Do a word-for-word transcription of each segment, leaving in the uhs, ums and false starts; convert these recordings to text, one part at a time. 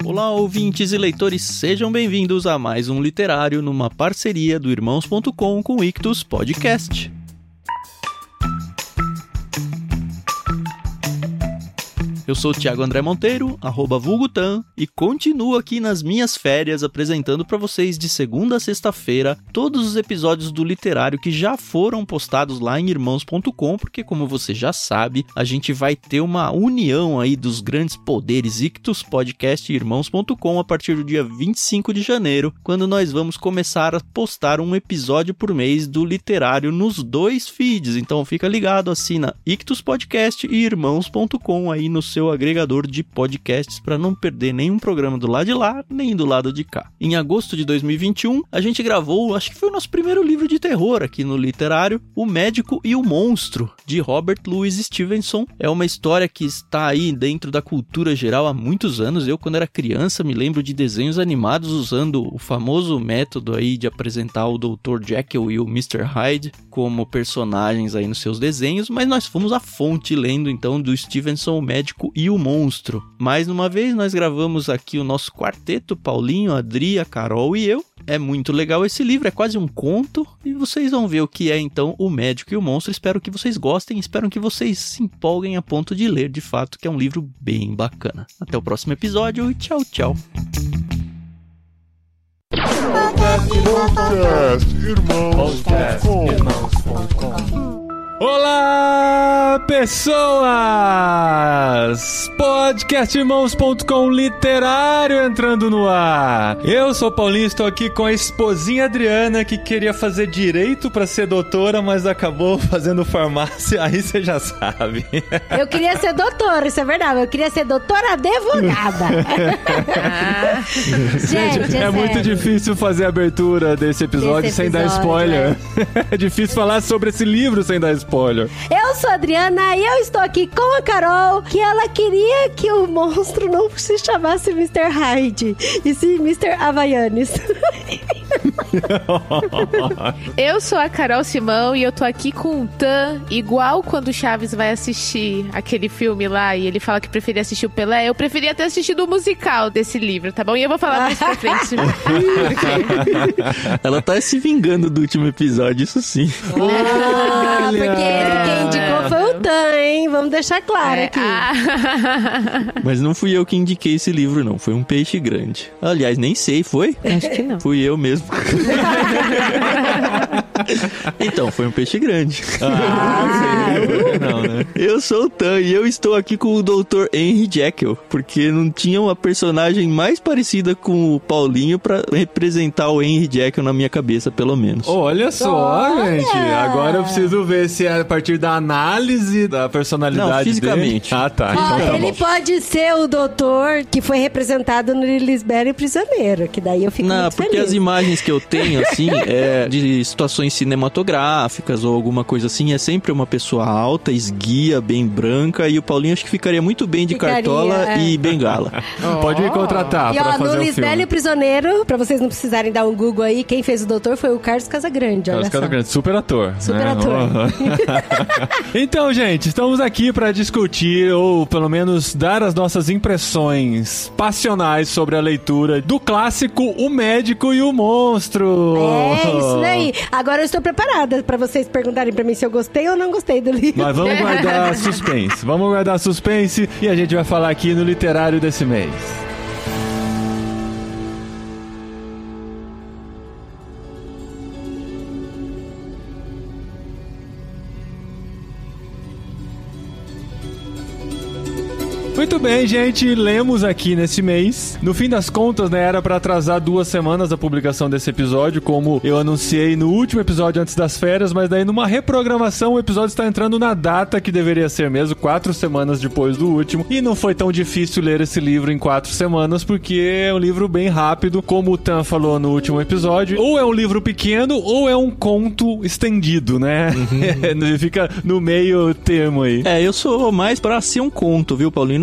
Olá, ouvintes e leitores, sejam bem-vindos a mais um Literário numa parceria do Irmãos ponto com com o Ictus Podcast. Eu sou o Thiago André Monteiro, arroba vulgutan, e continuo aqui nas minhas férias apresentando para vocês de segunda a sexta-feira todos os episódios do Literário que já foram postados lá em Irmãos ponto com, porque como você já sabe, a gente vai ter uma união aí dos grandes poderes Ictus Podcast e Irmãos ponto com a partir do dia vinte e cinco de janeiro, quando nós vamos começar a postar um episódio por mês do Literário nos dois feeds. Então fica ligado, assina Ictus Podcast e Irmãos ponto com aí no seu agregador de podcasts para não perder nenhum programa do lado de lá, nem do lado de cá. Em agosto de dois mil e vinte e um, a gente gravou, acho que foi o nosso primeiro livro de terror aqui no Literário, O Médico e o Monstro, de Robert Louis Stevenson. É uma história que está aí dentro da cultura geral há muitos anos. Eu, quando era criança, me lembro de desenhos animados usando o famoso método aí de apresentar o doutor Jekyll e o mister Hyde como personagens aí nos seus desenhos, mas nós fomos à fonte lendo então do Stevenson, O Médico e o Monstro. Mais uma vez nós gravamos aqui o nosso quarteto, Paulinho, Adri, a Carol e eu. É muito legal esse livro, é quase um conto e vocês vão ver o que é então O Médico e o Monstro. Espero que vocês gostem, espero que vocês se empolguem a ponto de ler de fato, que é um livro bem bacana. Até o próximo episódio e tchau, tchau. Podcast Irmãos ponto com. Olá, pessoas! Podcast Irmãos ponto com Literário entrando no ar. Eu sou o Paulinho, estou aqui com a esposinha Adriana, que queria fazer direito para ser doutora, mas acabou fazendo farmácia, aí você já sabe. Eu queria ser doutora, isso é verdade. Eu queria ser doutora advogada. ah. Gente, é, é muito difícil fazer a abertura desse episódio, desse sem episódio, dar spoiler. É. É difícil falar sobre esse livro sem dar spoiler. Eu sou a Adriana e eu estou aqui com a Carol, que ela queria que o monstro não se chamasse mister Hyde, e sim mister Havaianes. Eu sou a Carol Simão e eu tô aqui com o Tan, igual quando o Chaves vai assistir aquele filme lá e ele fala que preferia assistir o Pelé. Eu preferia ter assistido o musical desse livro, tá bom? E eu vou falar mais pra frente. Ela tá se vingando do último episódio, isso sim. Ah, porque quem indicou foi o Tan, hein? Vamos deixar claro é, aqui. Ah. Mas não fui eu que indiquei esse livro, não. Foi um peixe grande. Aliás, nem sei, foi? Acho que não. Fui eu mesmo. Então, foi um peixe grande. Ah, não, não, né? Eu sou o Tan e eu estou aqui com o doutor Henry Jekyll, porque não tinha uma personagem mais parecida com o Paulinho pra representar o Henry Jekyll na minha cabeça, pelo menos. Olha só, Olha! gente. Agora eu preciso ver se é a partir da análise da personalidade Não, fisicamente. dele. Ah, tá. Ó, Então tá ele bom. pode ser o doutor que foi representado no Lisbelo Prisioneiro, que daí eu fico Não, muito porque feliz. as imagens que eu tenho, assim, é de situações cinematográficas ou alguma coisa assim, é sempre uma pessoa alta, esguia, bem branca, e o Paulinho acho que ficaria muito bem de Ficaria, cartola é. e bengala. Pode me contratar E pra ó, fazer no o Lisbelo filme. Prisioneiro, pra vocês não precisarem dar um Google aí, quem fez o doutor foi o Carlos Casagrande, olha Carlos só. Casagrande, super ator. Super né? ator. Oh. Então, gente, estamos aqui pra discutir, ou pelo menos dar as nossas impressões passionais sobre a leitura do clássico O Médico e o Monstro. É, isso daí. Agora eu estou preparada pra vocês perguntarem pra mim se eu gostei ou não gostei do livro. Mas vamos guardar suspense. Vamos guardar suspense e a gente vai falar aqui no Literário desse mês. Muito bem, gente, lemos aqui nesse mês. No fim das contas, né, era pra atrasar duas semanas a publicação desse episódio, como eu anunciei no último episódio antes das férias, mas daí numa reprogramação o episódio está entrando na data que deveria ser mesmo, quatro semanas depois do último, e não foi tão difícil ler esse livro em quatro semanas, porque é um livro bem rápido, como o Tan falou no último episódio, ou é um livro pequeno, ou é um conto estendido, né? Uhum. Fica no meio termo aí. É, eu sou mais pra ser um conto, viu, Paulinho?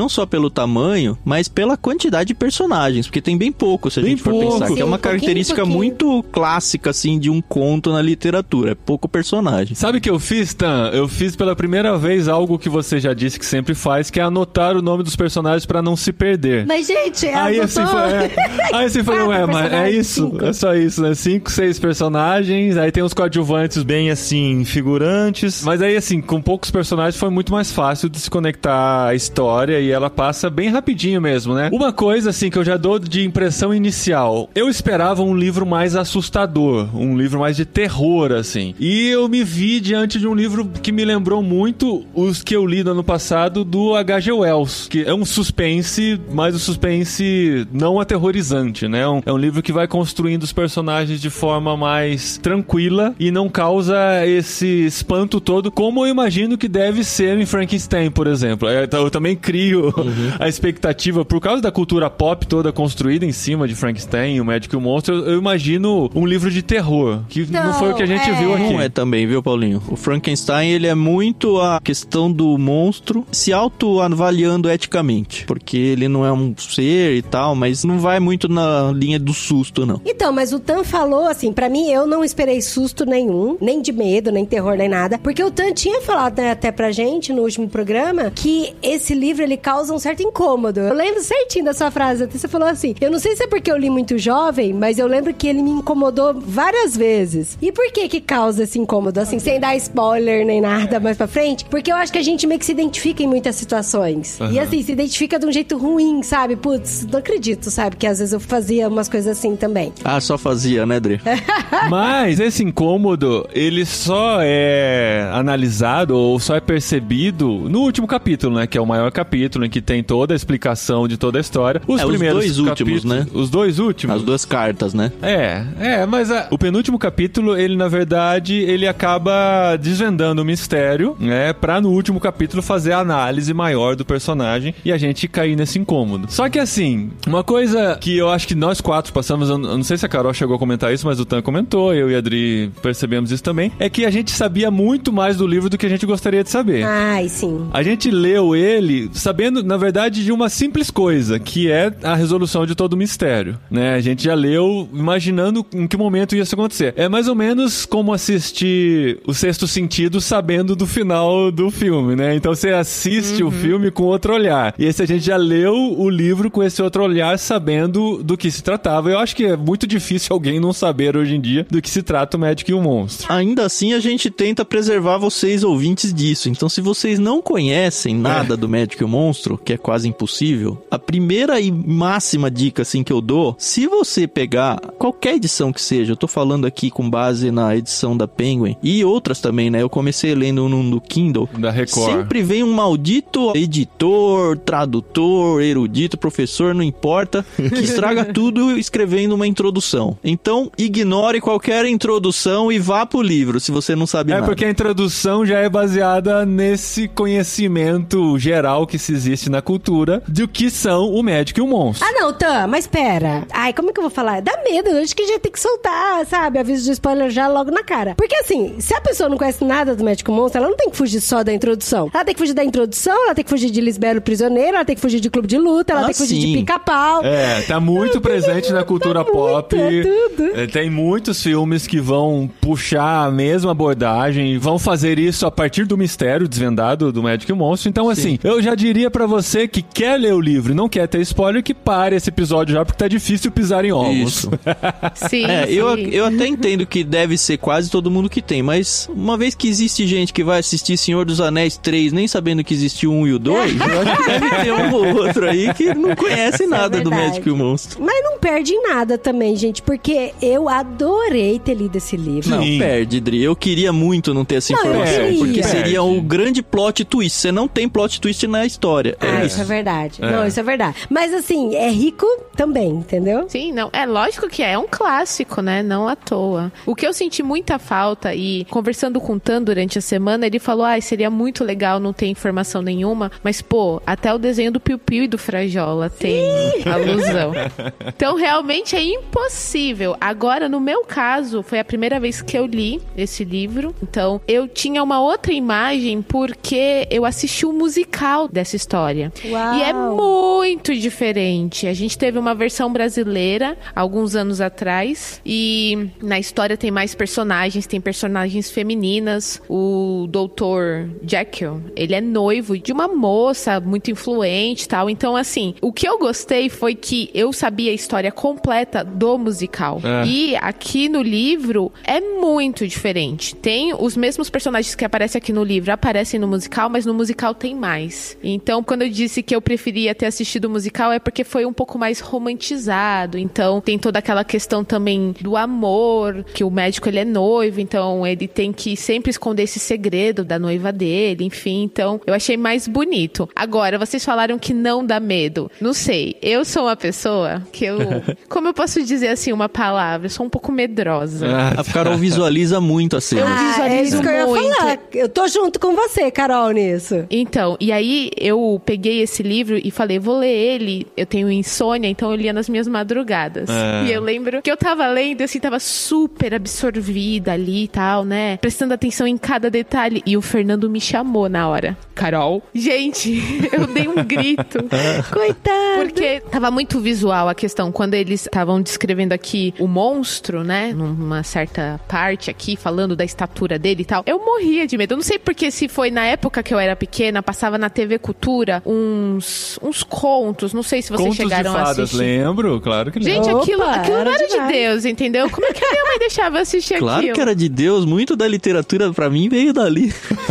não só pelo tamanho, mas pela quantidade de personagens, porque tem bem pouco, se a Bem gente for pouco. pensar, Sim, que é uma pouquinho, característica pouquinho. muito clássica, assim, de um conto na literatura, é pouco personagem. Sabe o que eu fiz, Tan? Eu fiz pela primeira vez algo que você já disse que sempre faz, que é anotar o nome dos personagens pra não se perder. Mas, gente, Aí anotou... assim foi, é. Aí assim foi, Quatro ué, mas é personagens, isso, cinco. é só isso, né? Cinco, seis personagens, aí tem os coadjuvantes bem assim, figurantes, mas aí assim, com poucos personagens foi muito mais fácil de se conectar à história e ela passa bem rapidinho mesmo, né? Uma coisa assim que eu já dou de impressão inicial, eu esperava um livro mais assustador, um livro mais de terror, assim, e eu me vi diante de um livro que me lembrou muito os que eu li no ano passado do H G Wells, que é um suspense, mas o suspense não aterrorizante, né? Um- é um livro que vai construindo os personagens de forma mais tranquila e não causa esse espanto todo, como eu imagino que deve ser em Frankenstein, por exemplo. É, então, eu também crio a expectativa, por causa da cultura pop toda construída em cima de Frankenstein, o Médico e o Monstro, eu, eu imagino um livro de terror, que não, Não, foi o que a gente é. viu aqui. Não é também, viu, Paulinho? O Frankenstein, ele é muito a questão do monstro se autoavaliando eticamente, porque ele não é um ser e tal, mas não vai muito na linha do susto, não. Então, mas o Tan falou assim, pra mim, eu não esperei susto nenhum, nem de medo, nem terror, nem nada, porque o Tan tinha falado, né, até pra gente, no último programa, que esse livro, ele causa um certo incômodo. Eu lembro certinho da sua frase, até você falou assim, eu não sei se é porque eu li muito jovem, mas eu lembro que ele me incomodou várias vezes. E por que que causa esse incômodo? Assim, sem dar spoiler nem nada mais pra frente, porque eu acho que a gente meio que se identifica em muitas situações. Aham. E assim, se identifica de um jeito ruim, sabe? Putz, não acredito, sabe? Que às vezes eu fazia umas coisas assim também. Ah, só fazia, né, Dre? Mas esse incômodo, ele só é analisado ou só é percebido no último capítulo, né? Que é o maior capítulo, em que tem toda a explicação de toda a história. Os É, os primeiros dois últimos, capítulos, né? Os dois últimos? As duas cartas, né? É, é, mas a- o penúltimo capítulo, ele na verdade, ele acaba desvendando o mistério, né, pra no último capítulo fazer a análise maior do personagem e a gente cair nesse incômodo. Só que assim, uma coisa que eu acho que nós quatro passamos, eu não sei se a Carol chegou a comentar isso, mas o Tan comentou, eu e a Adri percebemos isso também, é que a gente sabia muito mais do livro do que a gente gostaria de saber. Ai, sim. A gente leu ele sabendo, na verdade, de uma simples coisa, que é a resolução de todo o mistério, né? A gente já leu imaginando em que momento ia isso acontecer. É mais ou menos como assistir O Sexto Sentido sabendo do final do filme, né? Então você assiste o filme com outro olhar. E esse a gente já leu o livro com esse outro olhar sabendo do que se tratava. Eu acho que é muito difícil alguém não saber hoje em dia do que se trata o Médico e o Monstro. Ainda assim, a gente tenta preservar vocês, ouvintes, disso. Então, se vocês não conhecem nada do Médico e o Monstro, que é quase impossível, a primeira e máxima dica, assim, que eu dou, se você pegar qualquer edição que seja, eu tô falando aqui com base na edição da Penguin, e outras também, né? Eu comecei lendo no, no Kindle. Da Record. Sempre vem um maldito editor, tradutor, erudito, professor, não importa, que estraga tudo escrevendo uma introdução. Então, ignore qualquer introdução e vá pro livro, se você não sabe É nada. porque a introdução já é baseada nesse conhecimento geral que se existe na cultura do que são o médico e o monstro. Ah, não, Tan, mas pera. Ai, como é que eu vou falar? Dá medo, eu acho que a gente tem que soltar, sabe? Aviso de spoiler já logo na cara. Porque assim, se a pessoa não conhece nada do Médico Monstro, ela não tem que fugir só da introdução. Ela tem que fugir da introdução, ela tem que fugir de Lisbelo Prisioneiro, ela tem que fugir de Clube de Luta, ela Ah, tem que fugir de sim. Pica-Pau. É, tá muito presente na cultura muito, pop. é tudo. É, tem muitos filmes que vão puxar a mesma abordagem e vão fazer isso a partir do mistério desvendado do Médico e o Monstro. Então, assim, eu já diria pra você que quer ler o livro e não quer ter spoiler, que pare esse episódio já, porque tá difícil pisar em ovos. Isso. Sim, É, sim. eu, eu até entendo que deve ser quase todo mundo que tem, mas uma vez que existe gente que vai assistir Senhor dos Anéis três nem sabendo que existe o um e o dois, eu acho que deve ter um ou outro aí que não conhece Isso é nada do verdade. Médico e o Monstro. Mas não perde em nada também, gente, porque eu adorei ter lido esse livro. Não, Sim. perde, Dri. Eu queria muito não ter essa Não, eu informação, queria. porque Perde. seria o grande plot twist. Você não tem plot twist na história. É Ah, isso. isso é verdade. É. Não, isso é verdade. Mas assim, é rico também, entendeu? Sim, não. É lógico que é, é um clássico, né? Não à toa. O que eu senti muita falta, e conversando com o Tan durante a semana, ele falou: ah, seria muito legal não ter informação nenhuma, mas, pô, até o desenho do Piu Piu e do Frajola tem alusão. Então Então, realmente é impossível. Agora, no meu caso, foi a primeira vez que eu li esse livro. Então, eu tinha uma outra imagem porque eu assisti o musical dessa história. Uau. E é muito diferente. A gente teve uma versão brasileira alguns anos atrás. E na história tem mais personagens. Tem personagens femininas. O doutor Jekyll, ele é noivo de uma moça muito influente e tal. Então, assim, o que eu gostei foi que eu sabia a história completa do musical. É. E aqui no livro é muito diferente. Tem os mesmos personagens que aparecem aqui no livro, aparecem no musical, mas no musical tem mais. Então, quando eu disse que eu preferia ter assistido o musical, é porque foi um pouco mais romantizado. Então, tem toda aquela questão também do amor, que o médico, ele é noivo, então ele tem que sempre esconder esse segredo da noiva dele, enfim. Então, eu achei mais bonito. Agora, vocês falaram que não dá medo. Não sei, eu sou uma pessoa que eu... Como eu posso dizer assim uma palavra? Eu sou um pouco medrosa. A Carol visualiza muito a cena. Eu Ah, visualizo é isso que eu ia muito. falar. Eu tô junto com você, Carol, nisso. Então, e aí eu peguei esse livro e falei, vou ler ele. Eu tenho insônia, então eu lia nas minhas madrugadas. É. E eu lembro que eu tava lendo, assim, tava super absorvida ali e tal, né? Prestando atenção em cada detalhe. E o Fernando me chamou na hora. Carol? Gente, eu dei um grito. Coitado. Porque tava muito visual a questão. Quando eles estavam descrevendo aqui o monstro, né? Numa certa parte aqui, falando da estatura dele e tal. Eu morria de medo. Eu não sei porque se foi na época que eu era pequena, passava na T V Cultura uns, uns contos. Não sei se vocês Contos chegaram de fadas, a assistir. lembro, claro que lembro. Gente, Opa, aquilo, aquilo não era era de demais. Deus, entendeu? Como é que a minha mãe deixava eu assistir Claro aquilo? que era de Deus, muito da literatura pra mim veio dali.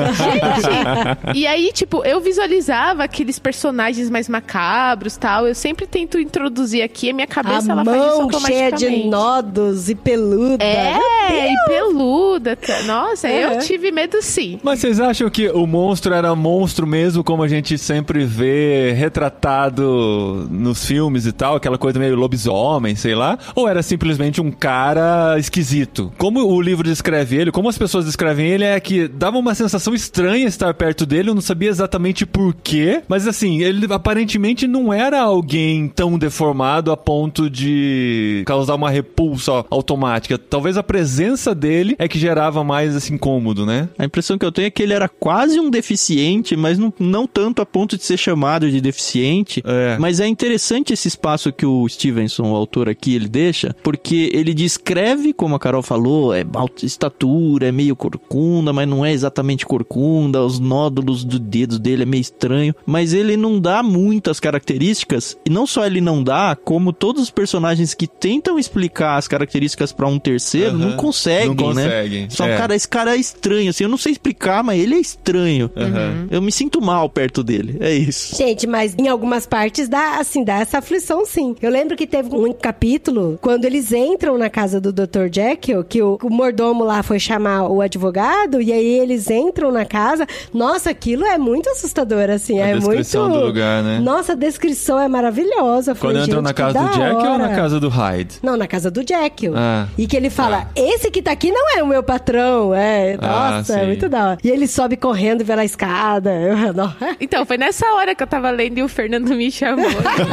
Gente, e aí, tipo, eu visualizava aqueles personagens mais macabros e tal. Eu sempre tento introduzir aqui, a minha cabeça, A ela faz isso mão cheia automaticamente. de nodos e peluda. É, e peluda. tá? Nossa, É. eu tive medo sim. Mas vocês acham que o monstro era monstro mesmo, como a gente sempre vê retratado nos filmes e tal, aquela coisa meio lobisomem, sei lá? Ou era simplesmente um cara esquisito? Como o livro descreve ele, como as pessoas descrevem ele, é que dava uma sensação estranha estar perto dele, eu não sabia exatamente por quê, mas assim, ele aparentemente não era alguém tão deformado a ponto de causar uma repulsa automática. Talvez a presença dele é que gerava mais esse incômodo, né? A impressão que eu tenho é que ele era quase um deficiente, mas não, não tanto a ponto de ser chamado de deficiente. É. Mas é interessante esse espaço que o Stevenson, o autor aqui, ele deixa, porque ele descreve, como a Carol falou, é alta estatura, é meio corcunda, mas não é exatamente corcunda, os nódulos dos dedos dele é meio estranho, mas ele não dá muitas características, e não só ele não dá, como todos os personagens que tentam explicar as características pra um terceiro, Uhum. não conseguem, Não né? conseguem, Só, é. cara, esse cara é estranho, assim, eu não sei explicar, mas ele é estranho. Uhum. Eu me sinto mal perto dele, é isso. Gente, mas em algumas partes dá, assim, dá essa aflição, sim. Eu lembro que teve um capítulo, quando eles entram na casa do doutor Jekyll, que o, o mordomo lá foi chamar o advogado, e aí eles entram na casa. Nossa, aquilo é muito assustador, assim. A é descrição muito... do lugar, né? Nossa, a descrição é maravilhosa. Eu Quando falei, entram gente, na que casa da do Jack ou na hora. casa do Hyde? Não, na casa do Jekyll. Ah. E que ele fala, esse que tá aqui não é o meu patrão. É, Ah, nossa, é sim. muito da hora. E ele sobe correndo pela escada. Eu, não. Então, foi nessa hora que eu tava lendo e o Fernando me chamou.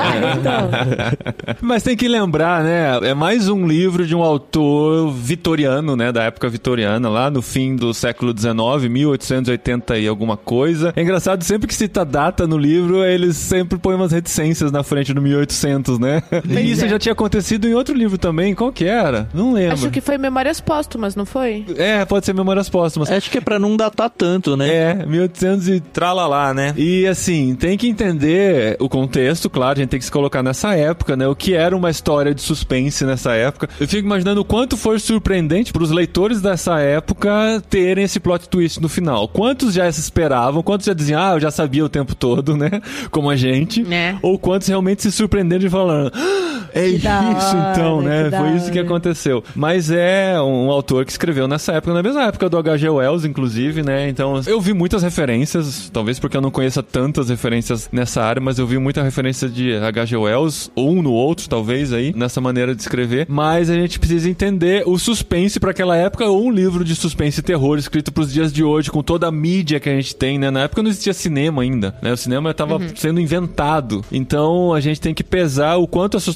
então, Mas tem que lembrar, né? É mais um livro de um autor vitoriano, né? Da época vitoriana, lá no fim do século dezenove, mil oitocentos e oitenta e alguma coisa. É engraçado, sempre que cita data no livro, eles sempre põem umas reticências na frente do mil e oitocentos, né? E isso é. já tinha acontecido em outro livro também. Qual que era? Não lembro. Acho que foi Memórias Póstumas, não foi? É, pode ser Memórias Póstumas. Acho que é pra não datar tanto, né? É, mil e oitocentos e tralalá, né? E assim, tem que entender o contexto, claro, a gente tem que se colocar nessa época, né? O que era uma história de suspense nessa época. Eu fico imaginando o quanto foi surpreendente pros leitores dessa época terem esse plot twist no final. Quantos já se esperavam, quantos já diziam, ah, eu já sabia o tempo todo, né? Como a gente. Né? Ou quantos realmente se surpreenderam de falando, ah, é isso da então, hora, né? que da Foi isso que hora. aconteceu. Mas é um autor que escreveu nessa época, na mesma época do H G Wells, inclusive, né? Então, eu vi muitas referências, talvez porque eu não conheça tantas referências nessa área, mas eu vi muita referência de H G Wells, ou um no outro, talvez, aí, nessa maneira de escrever. Mas a gente precisa entender o suspense para aquela época, ou um livro de suspense e terror escrito pros dias de hoje, com toda a mídia que a gente tem, né? Na época não existia cinema ainda, né? O cinema estava sendo inventado. Então, a gente tem que pesar o quanto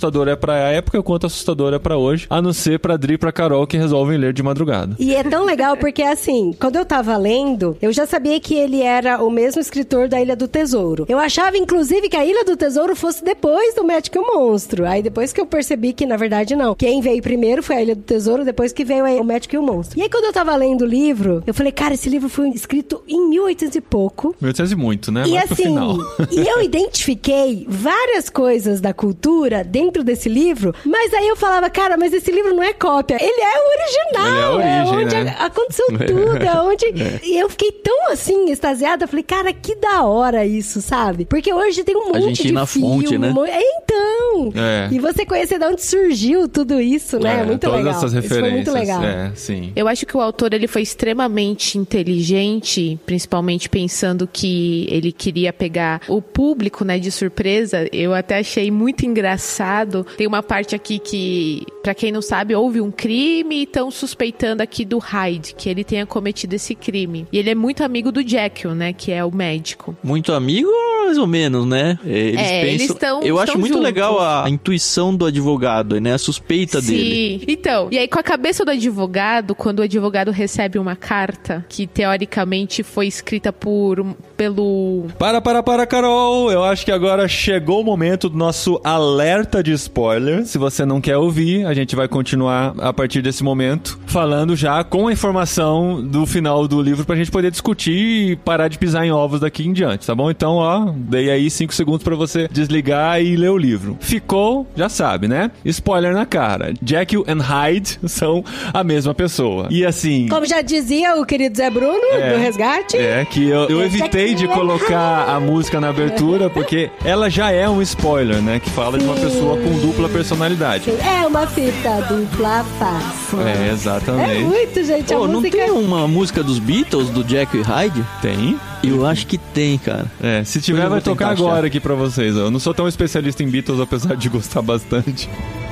assustador é pra época e quanto assustador é pra hoje, a não ser pra Dri e pra Carol que resolvem ler de madrugada. E é tão legal porque, assim, quando eu tava lendo, eu já sabia que ele era o mesmo escritor da Ilha do Tesouro. Eu achava, inclusive, que a Ilha do Tesouro fosse depois do Magic e o Monstro. Aí depois que eu percebi que, na verdade, não. Quem veio primeiro foi a Ilha do Tesouro, depois que veio o Magic e o Monstro. E aí, quando eu tava lendo o livro, eu falei, cara, esse livro foi escrito em mil e oitocentos e pouco. mil e oitocentos e muito, né? E Mais pro assim, final. e eu identifiquei várias coisas da cultura dentro desse livro, mas aí eu falava, cara, mas esse livro não é cópia, ele é o original. Ele é a origem, é onde né? a, aconteceu tudo, é onde... É. E eu fiquei tão, assim, extasiada, falei, cara, que da hora isso, sabe? Porque hoje tem um monte a gente de ir na filme, fonte, né? um monte... É, então! É. E você conhecer de onde surgiu tudo isso, né? É, muito todas legal. essas Isso referências. foi muito legal. É, sim. Eu acho que o autor ele foi extremamente inteligente, principalmente pensando que ele queria pegar o público, né, de surpresa. Eu até achei muito engraçado. Tem uma parte aqui que, pra quem não sabe, houve um crime e estão suspeitando aqui do Hyde, que ele tenha cometido esse crime. E ele é muito amigo do Jekyll, né, que é o médico. Muito amigo, mais ou menos, né? Eles é, pensam... eles estão Eu acho muito juntos. legal a, a intuição do advogado, né? A suspeita Sim. dele. Sim. Então, e aí com a cabeça do advogado, quando o advogado recebe uma carta que teoricamente foi escrita por pelo... Para, para, para, Carol! Eu acho que agora chegou o momento do nosso alerta de spoiler. Se você não quer ouvir, a gente vai continuar a partir desse momento, falando já com a informação do final do livro pra gente poder discutir e parar de pisar em ovos daqui em diante, tá bom? Então, ó, dei aí cinco segundos pra você desligar e ler o livro. Ficou, já sabe, né? Spoiler na cara. Jekyll and Hyde são a mesma pessoa. E assim... Como já dizia o querido Zé Bruno, É, do Resgate. É, que eu, eu evitei de colocar a música na abertura, porque ela já é um spoiler, né? Que fala de uma pessoa com dupla personalidade. É uma fita dupla face. É, É exatamente. muito, gente. A Pô, não música... tem uma música dos Beatles, do Jekyll e Hyde? Tem? Eu acho que tem, cara. É, se tiver Eu vai vou tocar tentar agora achar. aqui pra vocês. Eu não sou tão especialista em Beatles, apesar de gostar bastante.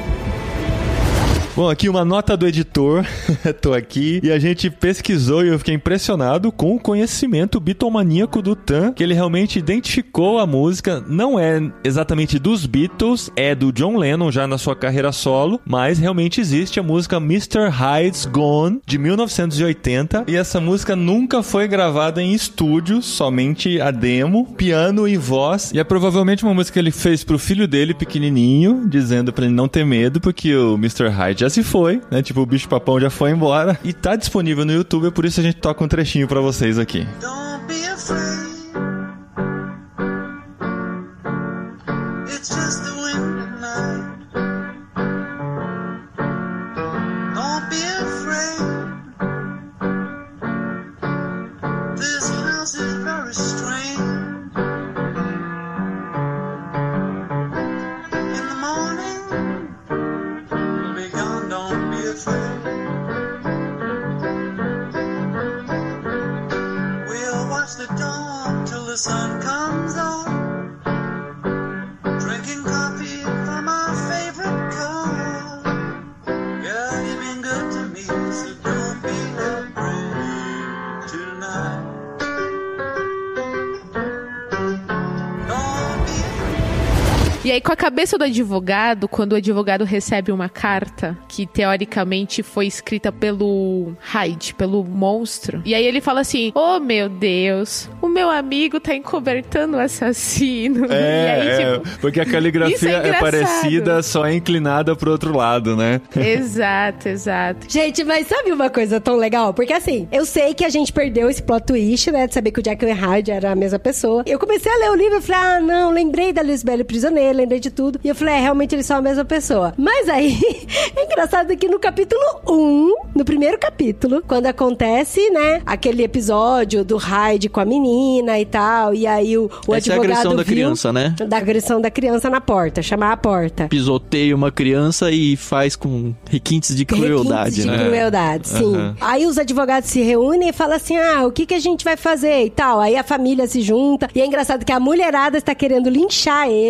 Bom, aqui uma nota do editor, tô aqui, e a gente pesquisou e eu fiquei impressionado com o conhecimento bitomaníaco do Tan, que ele realmente identificou a música, não é exatamente dos Beatles, é do John Lennon já na sua carreira solo, mas realmente existe a música mister Hyde's Gone, de mil novecentos e oitenta, e essa música nunca foi gravada em estúdio, somente a demo, piano e voz, e é provavelmente uma música que ele fez pro filho dele, pequenininho, dizendo pra ele não ter medo, porque o mister Hyde já se foi, né? Tipo, o bicho-papão já foi embora. E tá disponível no YouTube, é por isso a gente toca um trechinho pra vocês aqui. Don't be afraid. It's just the wind at night. Don't be afraid. This house is very strange. In the morning, we'll be gone. Don't be afraid. We'll watch the dawn till the sun comes up. Drinking coffee from our favorite cup. Girl, you've been good to me, so don't be afraid tonight. Don't be afraid. E aí, com a cabeça do advogado, quando o advogado recebe uma carta que teoricamente foi escrita pelo Hyde, pelo monstro, e aí ele fala assim: oh meu Deus, o meu amigo tá encobertando o assassino. É, e aí, é, tipo, porque a isso caligrafia é é, engraçado. parecida, só é inclinada pro outro lado, né? Exato, exato. Gente, mas sabe uma coisa tão legal? Porque assim, eu sei que a gente perdeu esse plot twist, né? De saber que o Jekyll e Hyde era a mesma pessoa. Eu comecei a ler o livro e falei, ah, não, lembrei da Lisbela Prisioneira, lembrei de tudo. E eu falei, é, realmente eles são a mesma pessoa. Mas aí, é engraçado que no capítulo um, no primeiro capítulo, quando acontece, né, aquele episódio do Hyde com a menina e tal, e aí o, o Essa é a advogado agressão da viu- criança, né? Da agressão da criança na porta, chamar a porta. Pisoteia uma criança e faz com requintes de crueldade, Requintes de né? crueldade, sim. Aham. Aí os advogados se reúnem e falam assim, ah, o que, que a gente vai fazer e tal. Aí a família se junta. E é engraçado que a mulherada está querendo linchar ele. Os homens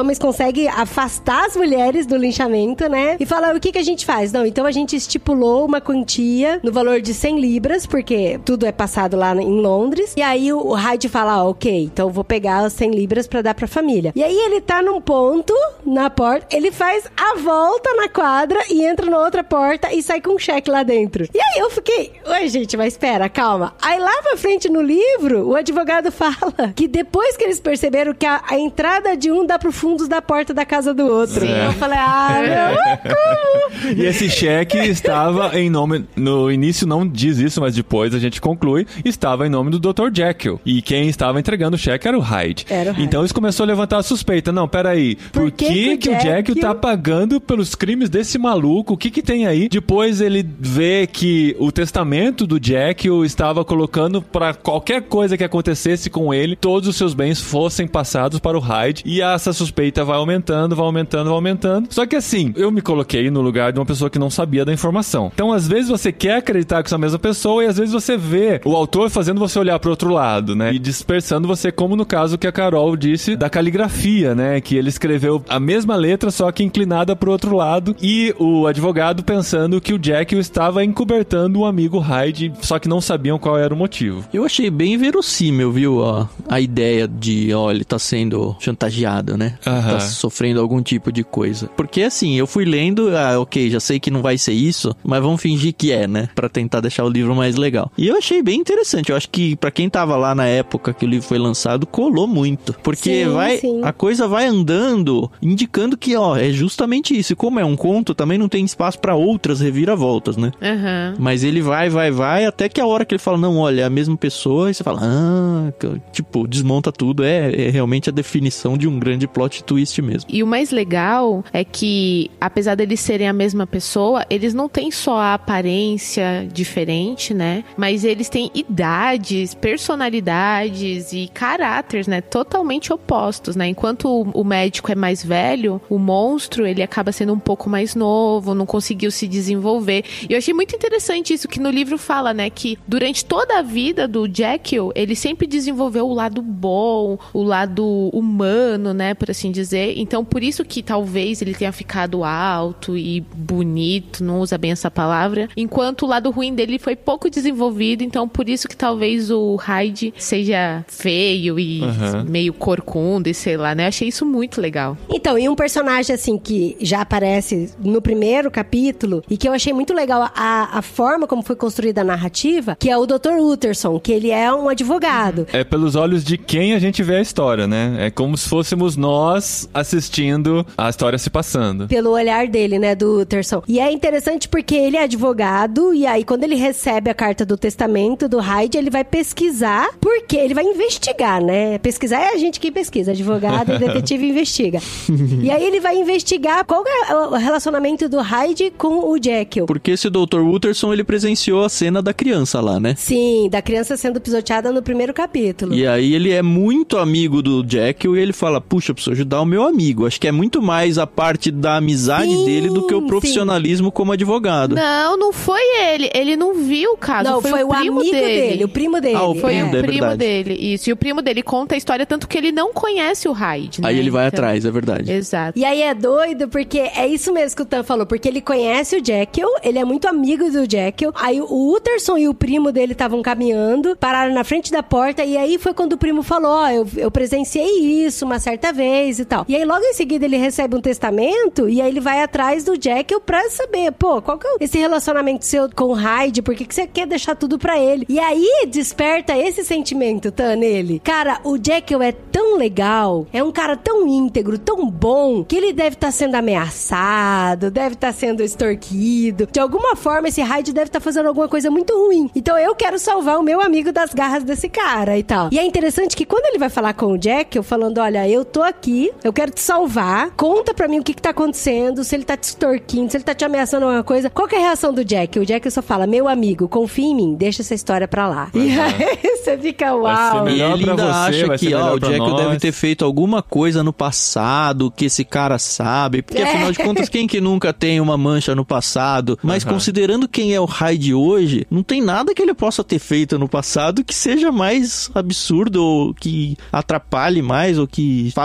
homens conseguem afastar as mulheres do linchamento, né? E fala, o que que a gente faz? Não, então a gente estipulou uma quantia no valor de cem libras, porque tudo é passado lá em Londres. E aí o Hyde fala, ah, ok, então eu vou pegar as cem libras pra dar pra família. E aí ele tá num ponto na porta, ele faz a volta na quadra e entra na outra porta e sai com um cheque lá dentro. E aí eu fiquei, oi gente, mas espera, calma. Aí lá pra frente no livro, o advogado fala que depois que eles perceberam que a, a entrada de um dá pro fundo da porta da casa do outro. É. Eu falei, ah, meu, como? E esse cheque estava em nome... No início não diz isso, mas depois a gente conclui. Estava em nome do doutor Jekyll. E quem estava entregando o cheque era o Hyde. Era o Hyde. Então isso começou a levantar a suspeita. Não, peraí. Por, Por que, que, que, que o o Jekyll Jekyll tá pagando pelos crimes desse maluco? O que que tem aí? Depois ele vê que o testamento do Jekyll estava colocando para qualquer coisa que acontecesse com ele, todos os seus bens fossem passados para o Hyde. E essa suspeita vai aumentando, vai aumentando, vai aumentando. Só que assim, eu me coloquei no lugar de uma pessoa que não sabia da informação. Então, às vezes você quer acreditar que são a mesma pessoa e às vezes você vê o autor fazendo você olhar pro outro lado, né? E dispersando você, como no caso que a Carol disse da caligrafia, né? Que ele escreveu a mesma letra, só que inclinada pro outro lado. E o advogado pensando que o Jekyll estava encobertando o amigo Hyde, só que não sabiam qual era o motivo. Eu achei bem verossímil, viu? Ó, a ideia de, ó, ele tá sendo chantageado, né? Aham. Tá sofrendo algum tipo de coisa. Porque assim, eu fui lendo, ah, ok, já sei que não vai ser isso, mas vamos fingir que é, né? Pra tentar deixar o livro mais legal. E eu achei bem interessante. Eu acho que pra quem tava lá na época que o livro foi lançado, colou muito. Porque Sim, vai, sim. a coisa vai andando, indicando que, ó, é justamente isso. E como é um conto, também não tem espaço pra outras reviravoltas, né? Aham. Mas ele vai, vai, vai, até que a hora que ele fala, não, olha, é a mesma pessoa, e você fala, ah, tipo, desmonta tudo. É, é realmente a definição de um grande plot twist mesmo. E o mais legal é que, apesar deles serem a mesma pessoa, eles não têm só a aparência diferente, né? Mas eles têm idades, personalidades e caráteres, né? Totalmente opostos, né? Enquanto o, o médico é mais velho, o monstro, ele acaba sendo um pouco mais novo, não conseguiu se desenvolver. E eu achei muito interessante isso que no livro fala, né? Que durante toda a vida do Jekyll, ele sempre desenvolveu o lado bom, o lado humano, né? Por assim dizer. Então, por isso que talvez ele tenha ficado alto e bonito, não usa bem essa palavra, enquanto o lado ruim dele foi pouco desenvolvido, então por isso que talvez o Hyde seja feio e Uhum. meio corcunda e sei lá, né? Eu achei isso muito legal. Então, e um personagem, assim, que já aparece no primeiro capítulo, e que eu achei muito legal a, a forma como foi construída a narrativa, que é o doutor Utterson, que ele é um advogado. É pelos olhos de quem a gente vê a história, né? É como se fôssemos nós assistindo a história se passando. Pelo olhar dele, né, do Utterson. E é interessante porque ele é advogado, e aí quando ele recebe a carta do testamento do Hyde, ele vai pesquisar, porque ele vai investigar, né? Pesquisar é a gente que pesquisa, advogado e detetive investiga. E aí ele vai investigar qual é o relacionamento do Hyde com o Jekyll. Porque esse doutor Utterson, ele presenciou a cena da criança lá, né? Sim, da criança sendo pisoteada no primeiro capítulo. E aí ele é muito amigo do Jekyll e ele fala, puxa, preciso ajudar o meu amigo. Acho que é muito mais a parte da amizade Sim, dele do que o profissionalismo sim. como advogado. Não, não foi ele. Ele não viu o caso. Não, foi, foi o, o primo amigo dele. dele, o primo dele. Ah, o Foi primo, o é primo verdade. dele, isso. E o primo dele conta a história, tanto que ele não conhece o Hyde, né? Aí ele vai Então- atrás, é verdade. Exato. E aí é doido, porque é isso mesmo que o Tan falou, porque ele conhece o Jekyll, ele é muito amigo do Jekyll, aí o Utterson e o primo dele estavam caminhando, pararam na frente da porta, e aí foi quando o primo falou, ó, oh, eu, eu presenciei isso uma certa vez e tal. E aí logo em seguida ele recebe um testamento, e aí ele vai atrás do Jekyll pra saber, pô, qual que é esse relacionamento seu com o Hyde, por que que você quer deixar tudo pra ele? E aí desperta esse sentimento, Tan, nele. Cara, o Jekyll é tão legal, é um cara tão íntegro, tão bom, que ele deve estar sendo ameaçado, deve estar sendo extorquido. De alguma forma, esse Hyde deve estar fazendo alguma coisa muito ruim. Então eu quero salvar o meu amigo das garras desse cara e tal. E é interessante que quando ele vai falar com o Jekyll, falando, olha, eu tô aqui, eu quero te salvar, conta pra mim o que que tá acontecendo, se ele tá te extorquindo, se ele tá te ameaçando alguma coisa. Qual que é a reação do Jekyll? O Jekyll só fala, meu amigo, confia em mim, deixa essa história pra lá. Uhum. E aí você fica, Vai ser uau. E melhor ele pra ainda você, acha vai ser que, ó, melhor o pra Jekyll nós. deve ter feito alguma coisa no passado que esse cara sabe. Porque, afinal de contas, quem que nunca tem uma mancha no passado? Mas Aham. considerando quem é o Hyde hoje, não tem nada que ele possa ter feito no passado que seja mais absurdo ou que atrapalhe mais ou que faça mais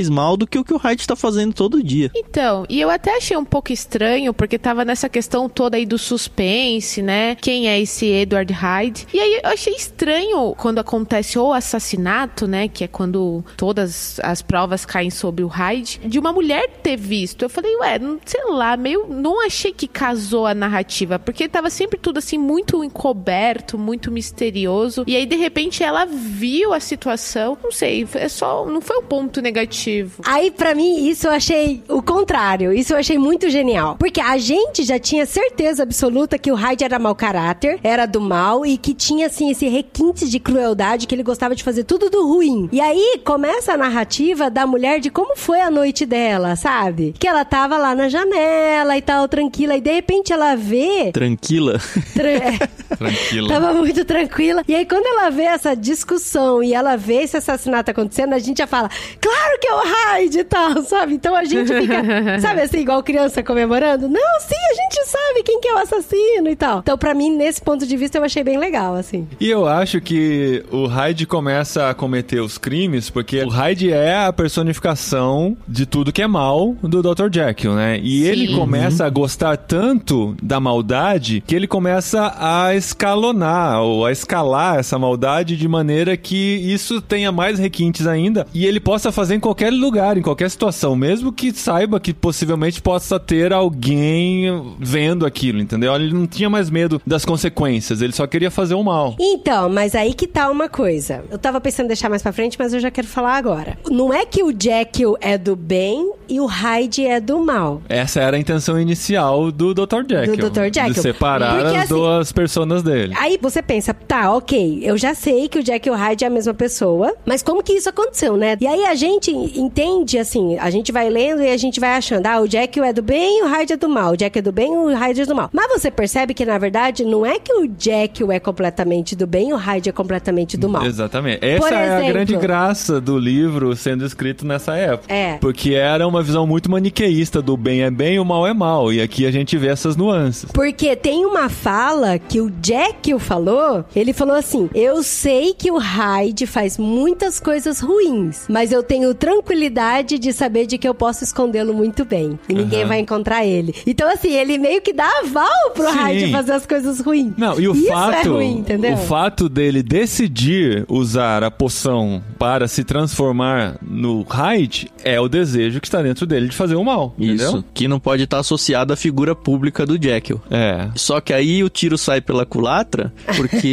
mais mal do que o que o Hyde tá fazendo todo dia. Então, e eu até achei um pouco estranho, porque tava nessa questão toda aí do suspense, né? Quem é esse Edward Hyde? E aí eu achei estranho quando acontece o assassinato, né? Que é quando todas as provas caem sobre o Hyde, de uma mulher ter visto. Eu falei, ué, não, sei lá, meio... Não achei que casou a narrativa, porque tava sempre tudo assim, muito encoberto, muito misterioso. E aí, de repente, ela viu a situação. Não sei, é só... Não foi um ponto negativo. Aí, pra mim, isso eu achei o contrário. Isso eu achei muito genial. Porque a gente já tinha certeza absoluta que o Hyde era mau caráter, era do mal e que tinha, assim, esse requinte de crueldade, que ele gostava de fazer tudo do ruim. E aí, começa a narrativa da mulher de como foi a noite dela, sabe? Que ela tava lá na janela e tal, tranquila. E, de repente, ela vê... Tranquila? Tra... Tranquila. Tava muito tranquila. E aí, quando ela vê essa discussão e ela vê esse assassinato acontecendo, a gente já fala, claro que é o Hyde e tal, sabe? Então a gente fica, sabe assim, igual criança comemorando? Não, sim, a gente sabe quem que é o assassino e tal. Então, pra mim, nesse ponto de vista, eu achei bem legal, assim. E eu acho que o Hyde começa a cometer os crimes porque o Hyde é a personificação de tudo que é mal do doutor Jekyll, né? E Sim. ele começa a gostar tanto da maldade que ele começa a escalonar ou a escalar essa maldade de maneira que isso tenha mais requintes ainda e ele possa fazer em qualquer lugar, em qualquer situação, mesmo que saiba que possivelmente possa ter alguém vendo aquilo, entendeu? Ele não tinha mais medo das consequências, ele só queria fazer o mal. Então, mas aí que tá uma coisa. Eu tava pensando em deixar mais pra frente, mas eu já quero falar agora. Não é que o Jekyll é do bem e o Hyde é do mal. Essa era a intenção inicial do doutor Jekyll. Do doutor Jekyll. De separar Porque, as assim, duas personas dele. Aí você pensa, tá, ok, eu já sei que o Jekyll e o Hyde é a mesma pessoa, mas como que isso aconteceu, né? E aí a gente entende, assim, a gente vai lendo e a gente vai achando, ah, o Jekyll é do bem e o Hyde é do mal. O Jekyll é do bem e o Hyde é do mal. Mas você percebe que, na verdade, não é que o Jekyll é completamente do bem e o Hyde é completamente do mal. Exatamente. Essa Por é a exemplo, grande graça do livro sendo escrito nessa época. É. Porque era uma visão muito maniqueísta do bem é bem e o mal é mal. E aqui a gente vê essas nuances. Porque tem uma fala que o Jekyll falou, ele falou assim, eu sei que o Hyde faz muitas coisas ruins, mas eu tenho tranquilidade de saber de que eu posso escondê-lo muito bem. E ninguém Aham. vai encontrar ele. Então, assim, ele meio que dá aval pro Sim. Hyde fazer as coisas ruins. Não, e o Isso fato, é ruim, entendeu? o fato dele decidir usar a poção para se transformar no Hyde é o desejo que está dentro dele de fazer o mal, Isso, entendeu? que não pode estar associado à figura pública do Jekyll. É. Só que aí o tiro sai pela culatra, porque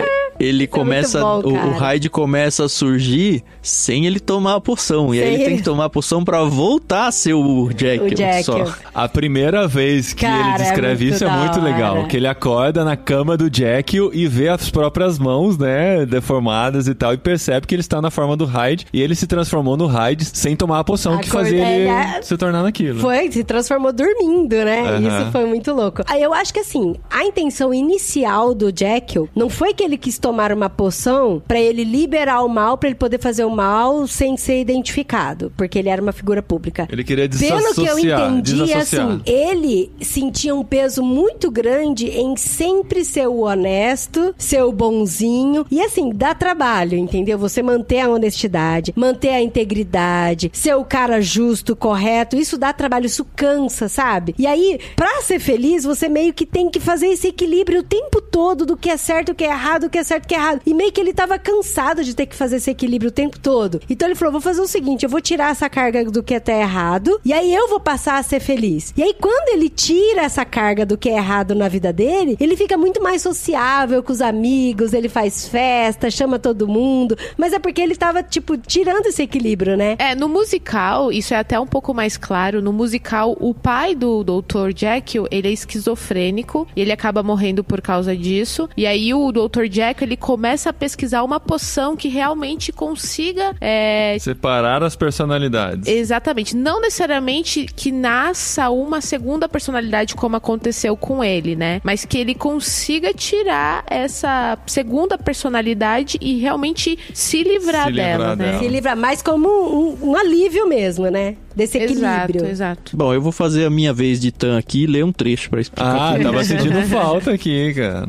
ele começa, é muito bom, o, o cara. Hyde começa a surgir sem ele tomar a poção. E aí Sem ele tem ele- que tomar a poção pra voltar a ser o Jekyll. O Jekyll. Só. A primeira vez que Cara, ele descreve é muito isso é da muito hora. legal. Que ele acorda na cama do Jekyll e vê as próprias mãos, né, deformadas e tal, e percebe que ele está na forma do Hyde e ele se transformou no Hyde sem tomar a poção que Acorda- fazia ele é, é- se tornar naquilo. Foi, se transformou dormindo, né? Aham. Isso foi muito louco. Aí eu acho que assim, a intenção inicial do Jekyll não foi que ele quis tomar uma poção pra ele liberar o mal, pra ele poder fazer o mal sem ser identificado, porque ele era uma figura pública. Ele queria Pelo que eu desassociar, entendi, desassociar. assim, ele sentia um peso muito grande em sempre ser o honesto, ser o bonzinho. E assim, dá trabalho, entendeu? Você manter a honestidade, manter a integridade, ser o cara justo, correto. Isso dá trabalho, isso cansa, sabe? E aí, pra ser feliz, você meio que tem que fazer esse equilíbrio o tempo todo do que é certo, o que é errado, o que é certo, o que é errado. E meio que ele tava cansado de ter que fazer esse equilíbrio o tempo todo. Então ele falou, vou fazer o seguinte, eu vou tirar essa carga do que é errado, e aí eu vou passar a ser feliz. E aí quando ele tira essa carga do que é errado na vida dele, ele fica muito mais sociável com os amigos, ele faz festa, chama todo mundo, mas é porque ele tava, tipo, tirando esse equilíbrio, né? É, no musical, isso é até um pouco mais claro, no musical, o pai do doutor Jekyll, ele é esquizofrênico, e ele acaba morrendo por causa disso, e aí o doutor Jekyll, ele começa a pesquisar uma poção que realmente consiga... É, Separar as personalidades. exatamente, não necessariamente que nasça uma segunda personalidade como aconteceu com ele, né? Mas que ele consiga tirar essa segunda personalidade e realmente se livrar, Se livrar dela, né? dela. Se livra mais como um, um alívio mesmo, né? desse equilíbrio. Exato, exato. Bom, eu vou fazer a minha vez de Tan aqui e ler um trecho pra explicar. Ah, aqui. tava sentindo falta aqui, cara.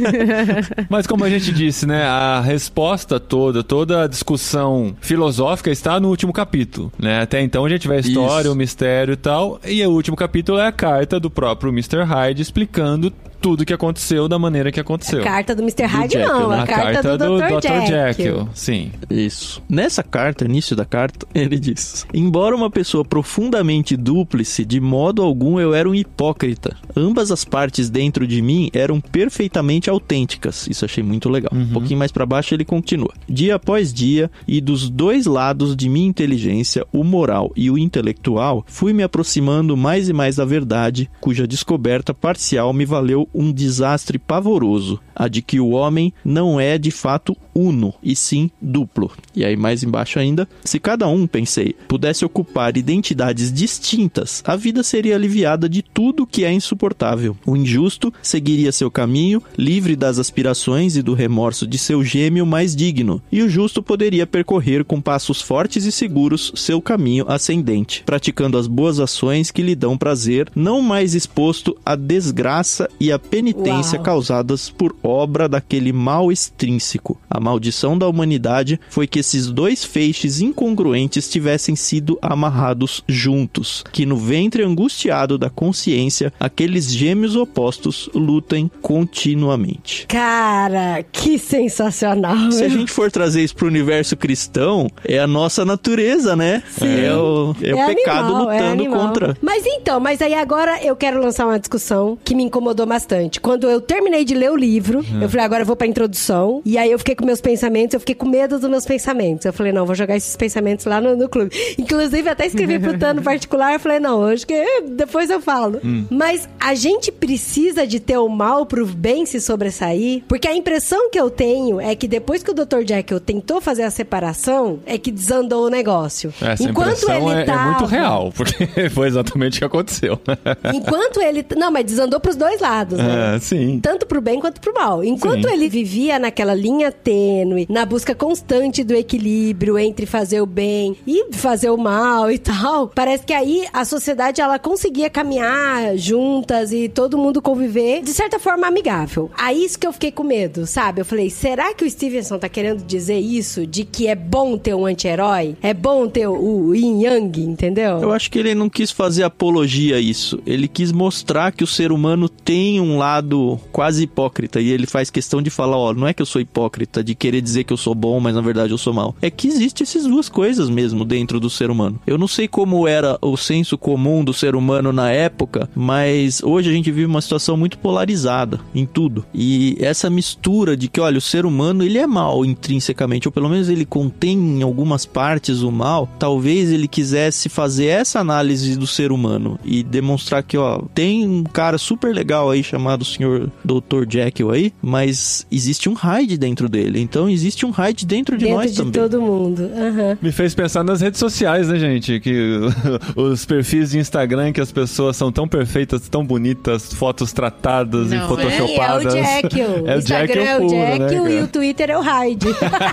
Mas como a gente disse, né, a resposta toda, toda a discussão filosófica está no último capítulo, né? Até então a gente vê a história, Isso. o mistério e tal, e o último capítulo é a carta do próprio mister Hyde explicando tudo o que aconteceu da maneira que aconteceu. A carta do mister Hyde Jekyll, não, né? a, carta, do, doutor doutor Jekyll. Sim. Isso. Nessa carta, início da carta, ele diz: embora uma pessoa profundamente dúplice, de modo algum eu era um hipócrita. Ambas as partes dentro de mim eram perfeitamente autênticas. Isso achei muito legal. Uhum. Um pouquinho mais pra baixo ele continua. Dia após dia, e dos dois lados de minha inteligência, o moral e o intelectual, fui me aproximando mais e mais da verdade, cuja descoberta parcial me valeu um desastre pavoroso, a de que o homem não é de fato uno, e sim duplo. E aí mais embaixo ainda, se cada um, pensei, pudesse ocupar identidades distintas, a vida seria aliviada de tudo que é insuportável. O injusto seguiria seu caminho, livre das aspirações e do remorso de seu gêmeo mais digno, e o justo poderia percorrer com passos fortes e seguros seu caminho ascendente, praticando as boas ações que lhe dão prazer, não mais exposto à desgraça e à penitência Uau. causadas por obra daquele mal extrínseco. A maldição da humanidade foi que esses dois feixes incongruentes tivessem sido amarrados juntos, que no ventre angustiado da consciência, aqueles gêmeos opostos lutem continuamente. Cara, que sensacional. Se a gente for trazer isso pro universo cristão, é a nossa natureza, né? Sim. É o, é o É pecado animal, é lutando animal. contra. Mas então, mas aí agora eu quero lançar uma discussão que me incomodou bastante. Quando eu terminei de ler o livro, eu falei, agora eu vou pra introdução. E aí eu fiquei com meus pensamentos, eu fiquei com medo dos meus pensamentos. Eu falei, não, vou jogar esses pensamentos lá no, no clube. Inclusive, até escrevi pro Tano particular, eu falei, não, hoje que depois eu falo. Mas a gente precisa de ter o mal pro bem se sobressair, porque a impressão que eu tenho é que depois que o doutor Jekyll tentou fazer a separação, é que desandou o negócio. Essa Enquanto impressão ele é, tava... é muito real, porque foi exatamente o que aconteceu. Enquanto ele... Não, mas desandou pros dois lados, né? É, sim. Tanto pro bem quanto pro mal. Enquanto Sim. ele vivia naquela linha tênue, na busca constante do equilíbrio entre fazer o bem e fazer o mal e tal, parece que aí a sociedade, ela conseguia caminhar juntas e todo mundo conviver de certa forma amigável. Aí isso que eu fiquei com medo, sabe? Eu falei, será que o Stevenson tá querendo dizer isso? De que é bom ter um anti-herói? É bom ter o yin yang, entendeu? Eu acho que ele não quis fazer apologia a isso. Ele quis mostrar que o ser humano tem um lado quase hipócrita. E ele faz questão de falar, ó, não é que eu sou hipócrita, de querer dizer que eu sou bom, mas na verdade eu sou mal. É que existe essas duas coisas mesmo dentro do ser humano. Eu não sei como era o senso comum do ser humano na época, mas hoje a gente vive uma situação muito polarizada em tudo. E essa mistura de que, olha, o ser humano, ele é mal intrinsecamente, ou pelo menos ele contém em algumas partes o mal, talvez ele quisesse fazer essa análise do ser humano e demonstrar que, ó, tem um cara super legal aí chamado senhor doutor Jekyll aí, mas existe um Hyde dentro dele, então existe um Hyde dentro de Dentro nós de também. todo mundo. Aham. Me fez pensar nas redes sociais, né, gente? Que os perfis de Instagram que as pessoas são tão perfeitas, tão bonitas, fotos tratadas Não, e é. photoshopadas. É o Jekyll. É o Instagram Jekyll é o puro, né, Jekyll cara? e o Twitter é o Hyde.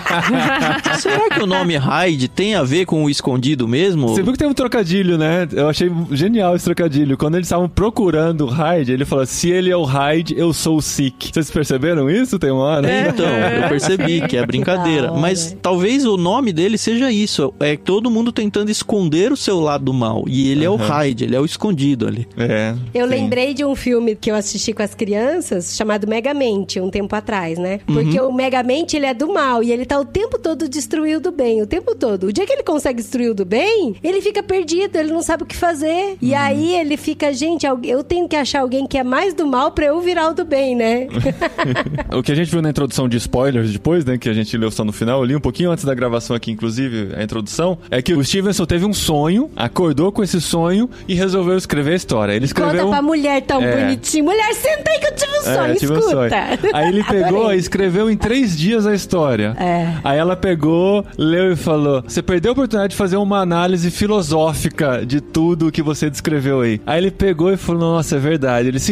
Será que o nome Hyde tem a ver com o escondido mesmo? Você viu que tem um trocadilho, né? Eu achei genial esse trocadilho. Quando eles estavam procurando o Hyde, ele falou, se ele é o Hyde, eu sou o Sick. Vocês perceberam isso? Tem uma hora? É, então, eu percebi que é brincadeira. Da hora. Mas talvez o nome dele seja isso. É todo mundo tentando esconder o seu lado mal. E ele é o Hyde, ele é o escondido ali. É. Eu sim. lembrei de um filme que eu assisti com as crianças, chamado Megamente, um tempo atrás, né? Porque o Megamente, ele é do mal, e ele tá o tempo todo destruindo do bem, o tempo todo. O dia que ele consegue destruir o do bem, ele fica perdido, ele não sabe o que fazer. E aí ele fica, gente, eu tenho que achar alguém que é mais do mal pra eu virar o do bem, né? O que a gente viu na introdução de spoilers depois, né, que a gente leu só no final, eu li um pouquinho antes da gravação aqui, inclusive, a introdução, é que o Stevenson teve um sonho, acordou com esse sonho e resolveu escrever a história. Ele escreveu... Conta pra mulher tão É. bonitinha. Mulher, senta aí que eu tive um sonho, É, eu tive um escuta. sonho. Aí ele pegou Adorei. e escreveu em três dias a história. É. Aí ela pegou, leu e falou, você perdeu a oportunidade de fazer uma análise filosófica de tudo que você descreveu aí. Aí ele pegou e falou, nossa, é verdade. Ele simplesmente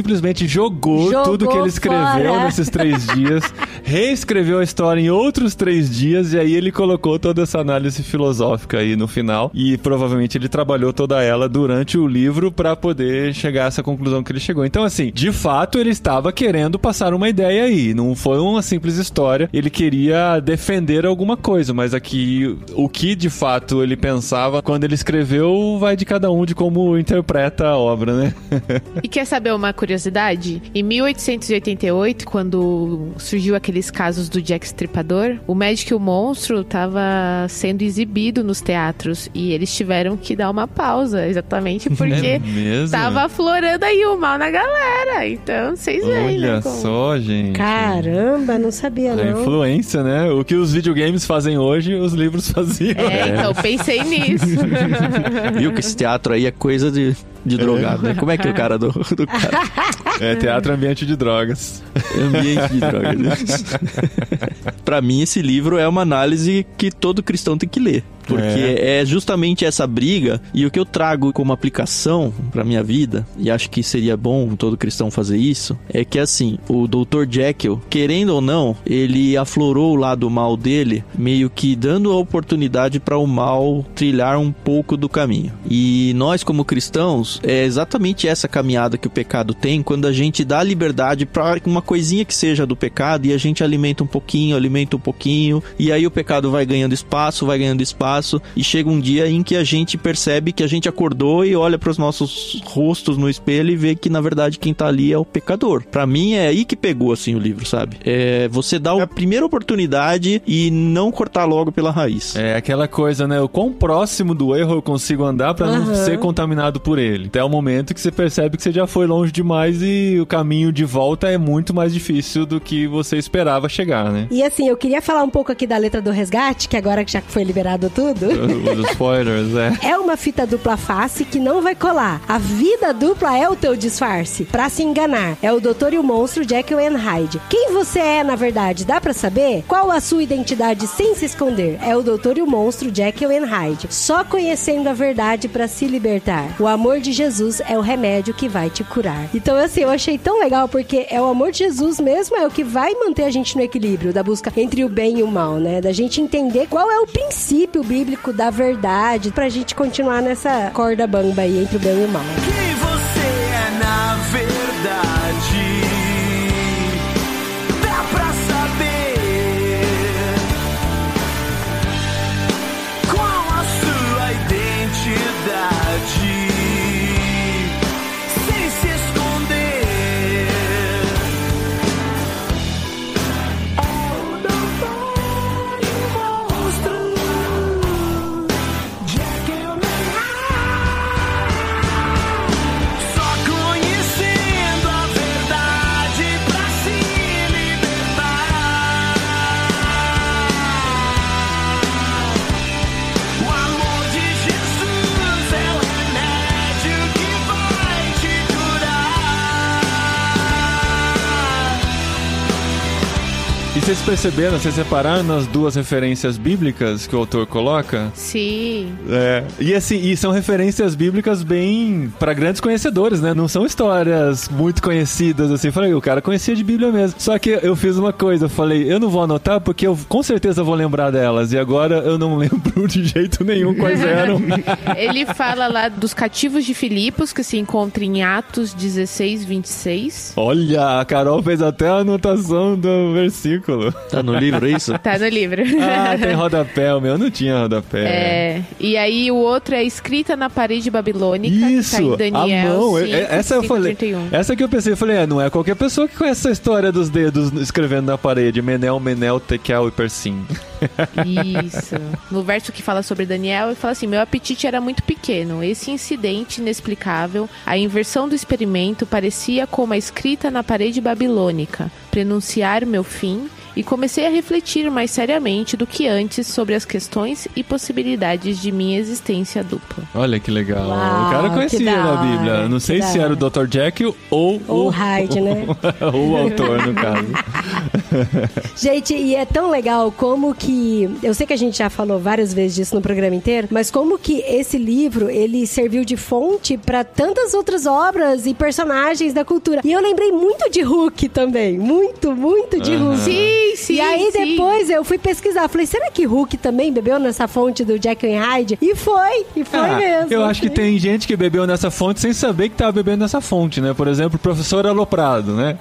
jogou, Jogou tudo que ele escreveu fora. nesses três dias, reescreveu a história em outros três dias, e aí ele colocou toda essa análise filosófica aí no final, e provavelmente ele trabalhou toda ela durante o livro pra poder chegar a essa conclusão que ele chegou. Então, assim, de fato, ele estava querendo passar uma ideia aí, não foi uma simples história, ele queria defender alguma coisa, mas aqui, o que de fato ele pensava quando ele escreveu, vai de cada um de como interpreta a obra, né? E quer saber uma curiosidade? Em mil oitocentos e oitenta e oito, quando surgiu aqueles casos do Jack Stripador, o Médico e o Monstro estava sendo exibido nos teatros e eles tiveram que dar uma pausa, exatamente porque É mesmo? tava aflorando aí o mal na galera. Então, vocês veem, Olha né? como- só, gente. Caramba, não sabia A não. influência, né? O que os videogames fazem hoje, os livros faziam. É, então, pensei nisso. Viu que esse teatro aí é coisa de, de drogado, né? Como é que é o cara do, do cara? É teatro ambiente de drogas. Ambiente de drogas. Pra mim, esse livro é uma análise que todo cristão tem que ler. Porque é. é justamente essa briga, e o que eu trago como aplicação pra minha vida, e acho que seria bom todo cristão fazer isso, é que assim, o doutor Jekyll, querendo ou não, ele aflorou o lado mal dele, meio que dando a oportunidade para o mal trilhar um pouco do caminho. E nós, como cristãos, é exatamente essa caminhada que o pecado tem, quando a gente dá liberdade para uma coisinha que seja do pecado, e a gente alimenta um pouquinho, alimenta um pouquinho, e aí o pecado vai ganhando espaço, vai ganhando espaço, e chega um dia em que a gente percebe que a gente acordou e olha para os nossos rostos no espelho e vê que na verdade quem tá ali é o pecador. Pra mim é aí que pegou assim o livro, sabe? É você dar a primeira oportunidade e não cortar logo pela raiz. É aquela coisa, né? O quão próximo do erro eu consigo andar pra não Aham. ser contaminado por ele. Até o momento que você percebe que você já foi longe demais e o caminho de volta é muito mais difícil do que você esperava chegar, né? E assim, eu queria falar um pouco aqui da letra do Resgate, que agora que já foi liberado tudo. Os spoilers, é. É uma fita dupla face que não vai colar. A vida dupla é o teu disfarce. Pra se enganar, é o Doutor e o Monstro, Jekyll and Hyde. Quem você é, na verdade, dá pra saber? Qual a sua identidade sem se esconder? É o Doutor e o Monstro, Jekyll and Hyde. Só conhecendo a verdade pra se libertar. O amor de Jesus é o remédio que vai te curar. Então, assim, eu achei tão legal porque é o amor de Jesus mesmo, é o que vai manter a gente no equilíbrio da busca entre o bem e o mal, né? Da gente entender qual é o princípio bíblico da verdade pra gente continuar nessa corda bamba aí entre o bem e o mal. Quem você é na verdade? Dá pra saber qual a sua identidade sem se esconder. É o doutor e o monstro. Só conhecendo a verdade pra se libertar. O amor de Jesus é o remédio que vai te curar. E vocês perceberam, vocês separaram nas duas referências bíblicas que o autor coloca? Sim. É, e assim, e são referências bíblicas bem pra grandes conhecedores, né? Não são histórias muito conhecidas, assim. Eu falei, o cara conhecia de Bíblia mesmo. Só que eu fiz uma coisa, eu falei, eu não vou anotar porque eu com certeza vou lembrar delas. E agora eu não lembro de jeito nenhum quais eram. Ele fala lá dos cativos de Filipos, que se encontra em Atos dezesseis, vinte e seis. Olha, a Carol fez até a anotação do versículo. Tá no livro isso? Tá no livro. Ah, tem rodapé, o meu não tinha rodapé. É, e aí o outro é escrita na parede babilônica, Isso, que tá em Daniel a mão. cinco, É- essa eu cinco, falei. trinta e um. Essa que eu pensei, eu falei, é, não é qualquer pessoa que conhece essa história dos dedos escrevendo na parede. Menel, Menel, Tekel e Persim. Isso. No verso que fala sobre Daniel, ele fala assim: meu apetite era muito pequeno. Esse incidente inexplicável, a inversão do experimento, parecia como a escrita na parede babilônica, prenunciar o meu fim, e comecei a refletir mais seriamente do que antes sobre as questões e possibilidades de minha existência dupla. Olha que legal. Uau, o cara que conhecia da na hora, Bíblia. Não que sei da se era o hora. doutor Jekyll ou, Ou o Hyde, né? ou o autor, no caso. Gente, e é tão legal como que... Eu sei que a gente já falou várias vezes disso no programa inteiro, mas como que esse livro, ele serviu de fonte pra tantas outras obras e personagens da cultura. E eu lembrei muito de Hulk também. Muito, muito de Aham. Hulk. Sim, sim, E aí sim. depois eu fui pesquisar. Falei, será que Hulk também bebeu nessa fonte do Jekyll and Hyde? E foi, e foi Ah, mesmo. eu acho que tem gente que bebeu nessa fonte sem saber que tava bebendo nessa fonte, né? Por exemplo, o professor Aloprado, né?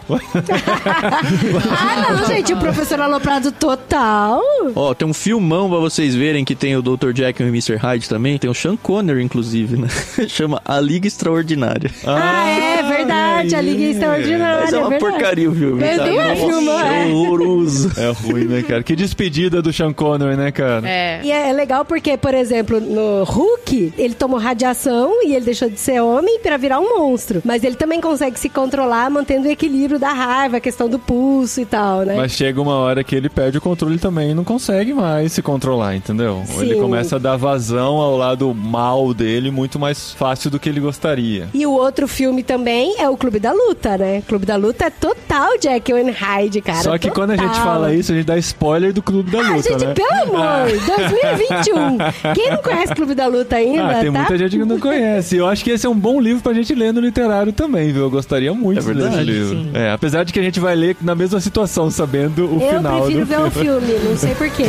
Ah, não, gente, o professor Aloprado total. Ó, tem um filmão pra vocês verem que tem o doutor Jekyll e mister Hyde também. Tem o Sean Connery, inclusive, né? Chama A Liga Extraordinária. Ah, é verdade, a Liga Extraordinária. Mas é uma verdade. porcaria o filme, Mas sabe? não é filme, é é. horroroso. É ruim, né, cara? Que despedida do Sean Connery, né, cara? É. E é legal porque, por exemplo, no Hulk, ele tomou radiação e ele deixou de ser homem pra virar um monstro. Mas ele também consegue se controlar mantendo o equilíbrio da raiva, a questão do pulso e tal, né? Mas chega uma hora que ele perde o controle também e não consegue mais se controlar, entendeu? Sim. Ele começa a dar vazão ao lado mal dele muito mais fácil do que ele gostaria. E o outro filme também é o Clube da Luta, né? Clube da Luta é total Jekyll and Hyde, cara. Só que total. quando a gente fala isso, a gente dá spoiler do Clube da Ah, Luta, gente, né? pelo amor, dois mil e vinte e um. Quem não conhece Clube da Luta ainda, Ah, tem tá? muita gente que não conhece. Eu acho que esse é um bom livro pra gente ler no literário também, viu? Eu gostaria muito É de ler esse verdade, livro. sim. É, apesar de que a gente vai ler na mesma situação, sabendo o Eu final prefiro do ver o filme. filme, não sei porquê.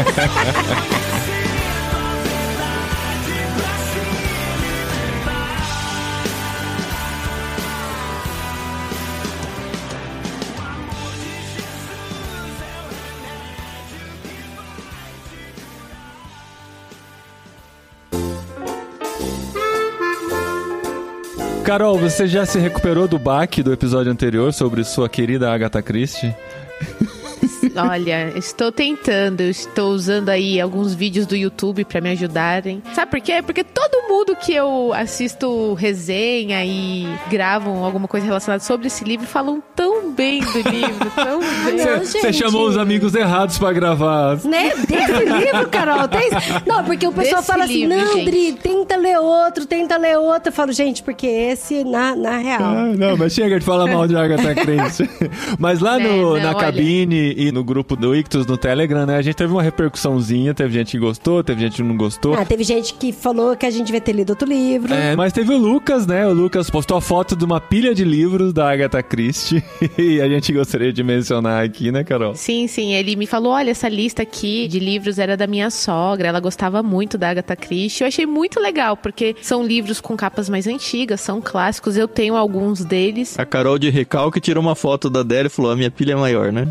Carol, você já se recuperou do baque do episódio anterior sobre sua querida Agatha Christie? Olha, estou tentando, eu estou usando aí alguns vídeos do YouTube pra me ajudarem. Sabe por quê? Porque todo mundo que eu assisto resenha e gravam alguma coisa relacionada sobre esse livro falam tão bem do livro, tão bem. Não, Você gente. chamou os amigos errados pra gravar. Né? Desse livro, Carol, tem... Não, porque o pessoal Desse fala assim, livro, não, gente. Dri, tenta ler outro, tenta ler outro. Eu falo, gente, porque esse, na, na real... Ah, não, mas chega de falar mal de Agatha Christie. Mas lá Né, no, não, na olha. cabine e no grupo do Ictus no Telegram, né, a gente teve uma repercussãozinha, teve gente que gostou, teve gente que não gostou. Ah, teve gente que falou que a gente devia ter lido outro livro. É, mas teve o Lucas, né? O Lucas postou a foto de uma pilha de livros da Agatha Christie e a gente gostaria de mencionar aqui, né, Carol? Sim, sim, ele me falou, olha, essa lista aqui de livros era da minha sogra, ela gostava muito da Agatha Christie. Eu achei muito legal, porque são livros com capas mais antigas, são clássicos, eu tenho alguns deles. A Carol de Recalque tirou uma foto da dela e falou, a minha pilha é maior, né?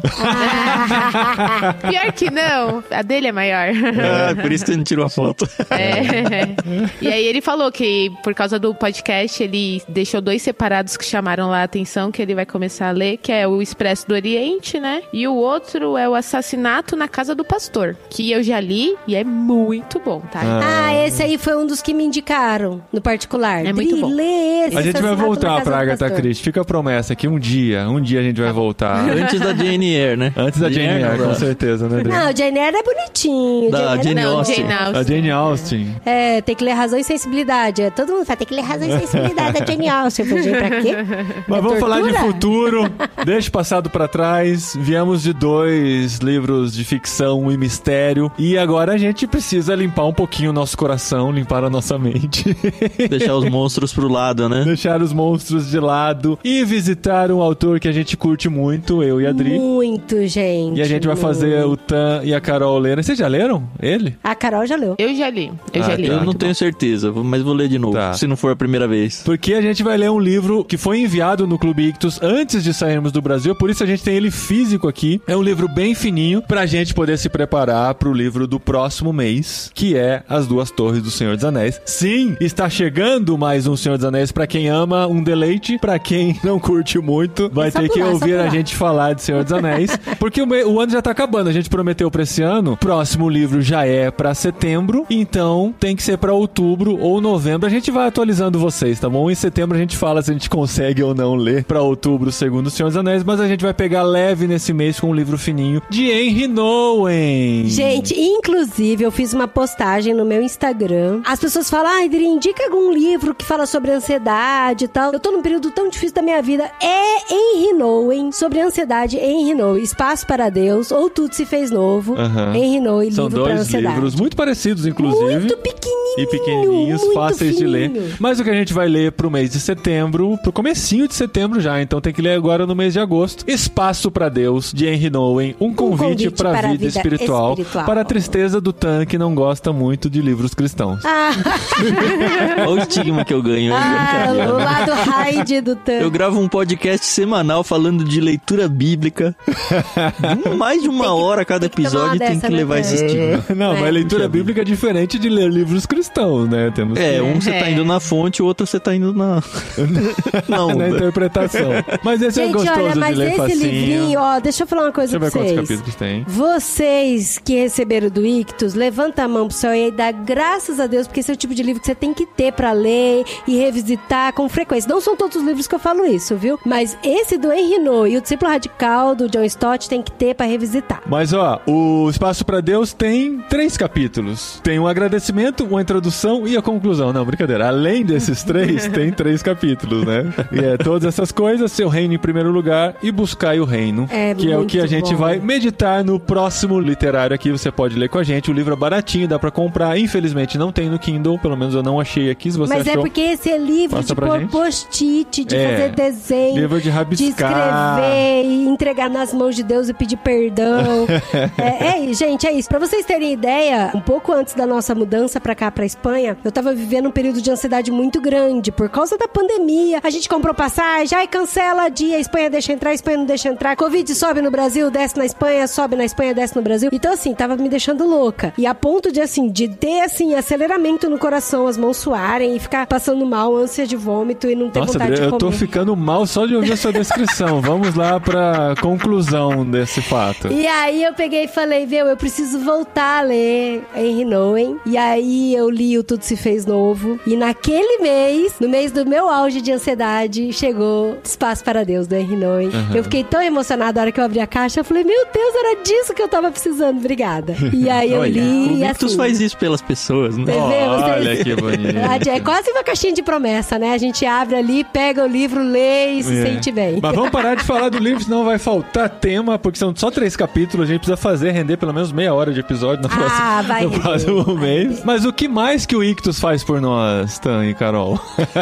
Pior que não, a dele é maior. Ah, por isso que a gente tirou a foto. É. E aí ele falou que por causa do podcast ele deixou dois separados que chamaram lá a atenção, que ele vai começar a ler, que é o Expresso do Oriente, né? E o outro é o Assassinato na Casa do Pastor, que eu já li e é muito bom, tá? Ah, esse aí foi um dos que me indicaram, no particular. É muito Dri, bom. lê esse. A gente vai Assassinato na voltar Casa pra do Agatha Pastor. Christie. Fica a promessa que um dia, um dia a gente vai voltar. Antes da Jane Eyre, né? Antes da Jane Eyre, não, com da- certeza, né, Adri? Não, o Jane Eyre é bonitinho. Da Jane Eyre Jane é Não, Austen. Jane Austen. A Jane Austen. É, tem que ler Razão e Sensibilidade. É, todo mundo fala, tem que ler Razão e Sensibilidade da Jane Austen. Eu falei, gente, pra quê? Mas É vamos falar de tortura? futuro. Deixa o passado pra trás. Viemos de dois livros de ficção e mistério. E agora a gente precisa limpar um pouquinho o nosso coração, limpar a nossa mente. Deixar os monstros pro lado, né? Deixar os monstros de lado e visitar um autor que a gente curte muito, eu e a Adri. Muito, gente. E a gente vai fazer o Tan e a Carol lerem. Vocês já leram ele? A Carol já leu. Eu já li, eu Ah, já li. tá. Eu não muito tenho bom. certeza, mas vou ler de novo, Tá. se não for a primeira vez. Porque a gente vai ler um livro que foi enviado no Clube Ictus antes de sairmos do Brasil, por isso a gente tem ele físico aqui. É um livro bem fininho pra gente poder se preparar pro livro do próximo mês, que é As Duas Torres do Senhor dos Anéis. Sim, está chegando mais um Senhor dos Anéis pra quem ama um deleite, pra quem não curte muito, vai É só ter que pular, é só ouvir a pular. gente falar de Senhor dos Anéis, porque o, me- o ano já tá acabando, a gente prometeu pra esse ano, próximo livro já é pra setembro, então tem que ser pra outubro ou novembro, a gente vai atualizando vocês, tá bom? Em setembro a gente fala se a gente consegue ou não ler pra outubro o segundo Senhor dos dos Anéis, mas a gente vai pegar leve nesse mês com um livro fininho de Henry Nowen. Gente, inclusive, eu fiz uma postagem no meu Instagram. As pessoas falam, ai, Dri, indica algum livro que fala sobre ansiedade e tal. Eu tô num período tão difícil da minha vida. É Henry Nowen, sobre ansiedade, Henry Nowen, Espaço para Deus, ou Tudo se fez novo. Aham. Henry Nowen, São livro para dois ansiedade. livros muito parecidos, inclusive. Muito pequenininho. E pequenininhos, muito fáceis de ler. fininho. Mas o que a gente vai ler pro mês de setembro, pro comecinho de setembro já, então tem que ler agora no mês de agosto. Espaço para Deus, de Henry Nowen, um convite, convite para a para a vida, vida espiritual, espiritual. para a tristeza do Tan, que não gosta muito de livros cristãos. Ah, Olha o estigma que eu ganho. ah, o lado Hyde do Tan. Eu gravo um podcast semanal falando de leitura bíblica. Mais de uma Tem que- hora cada tem que tomar uma episódio tem dessa, que né, levar Tan? esse estigma. Não, É. mas leitura bíblica é diferente de ler livros cristãos, né? Temos É, que... um você tá É. indo na fonte, o outro você tá indo na... Não, na interpretação. Mas esse é Gente, gostoso olha, de mas ler esse facinho. livrinho, ó, deixa eu falar uma coisa Deixa eu pra ver quantos vocês. capítulos tem. Vocês que receberam do Ictus, levanta a mão pro céu e aí dá graças a Deus, porque esse é o tipo de livro que você tem que ter pra ler e revisitar com frequência. Não são todos os livros que eu falo isso, viu? Mas esse do Henry Nowen e o Discípulo Radical do John Stott tem que ter pra revisitar. Mas ó, o Espaço para Deus tem três capítulos. Tem um agradecimento, uma introdução e a conclusão. Não, brincadeira. Além desses três, tem três capítulos, né? E é todas essas coisas, seu reino em primeiro lugar e buscai o reino. É que é o que a muito gente bom. vai meditar no próximo literário aqui. Você pode ler com a gente. O livro é baratinho, dá pra comprar. Infelizmente não tem no Kindle, pelo menos eu não achei aqui. Se você Mas é achou, porque esse é livro passa de pra pôr gente. post-it, de É, fazer desenho, livro de de rabiscar. escrever e entregar nas mãos de Deus e pedir perdão. é, é isso, gente, é isso. Pra vocês terem ideia, um pouco antes da nossa mudança pra cá, pra Espanha, eu tava vivendo um período de ansiedade muito grande por causa da pandemia. A gente comprou passagem, ai, cancela dia, a Espanha deixa entrar, a Espanha não deixa entrar. Covid sobe no Brasil, desce na Espanha, sobe na Espanha, desce no Brasil. Então, assim, tava me deixando louca. E a ponto de, assim, de ter, assim, aceleramento no coração, as mãos suarem e ficar passando mal, ânsia de vômito e não ter Nossa, vontade Adri, de eu comer. tô ficando mal só de ouvir a sua descrição. Vamos lá pra conclusão desse fato. E aí eu peguei e falei, viu, eu preciso voltar a ler Henry Nowen. E aí eu li o Tudo se fez novo. E naquele mês, no mês do meu auge de ansiedade, chegou Espaço para Deus, do Henry Nowen. Uhum. Eu fiquei tão emocionada na hora que eu abri a caixa. Eu falei, meu Deus, era disso que eu tava precisando. Obrigada. E aí eu Olha, li o e Victus assim... faz isso pelas pessoas, né? Entendeu? Olha Vocês- que bonito. É quase uma caixinha de promessa, né? A gente abre ali, pega o livro, lê e se É. sente bem. Mas vamos parar de falar do livro, senão vai faltar tema, porque são só três capítulos, a gente precisa fazer render pelo menos meia hora de episódio no Ah, próximo, vai no render, próximo vai mês. Mas o que mais que o Ictus faz por nós, Tan e Carol?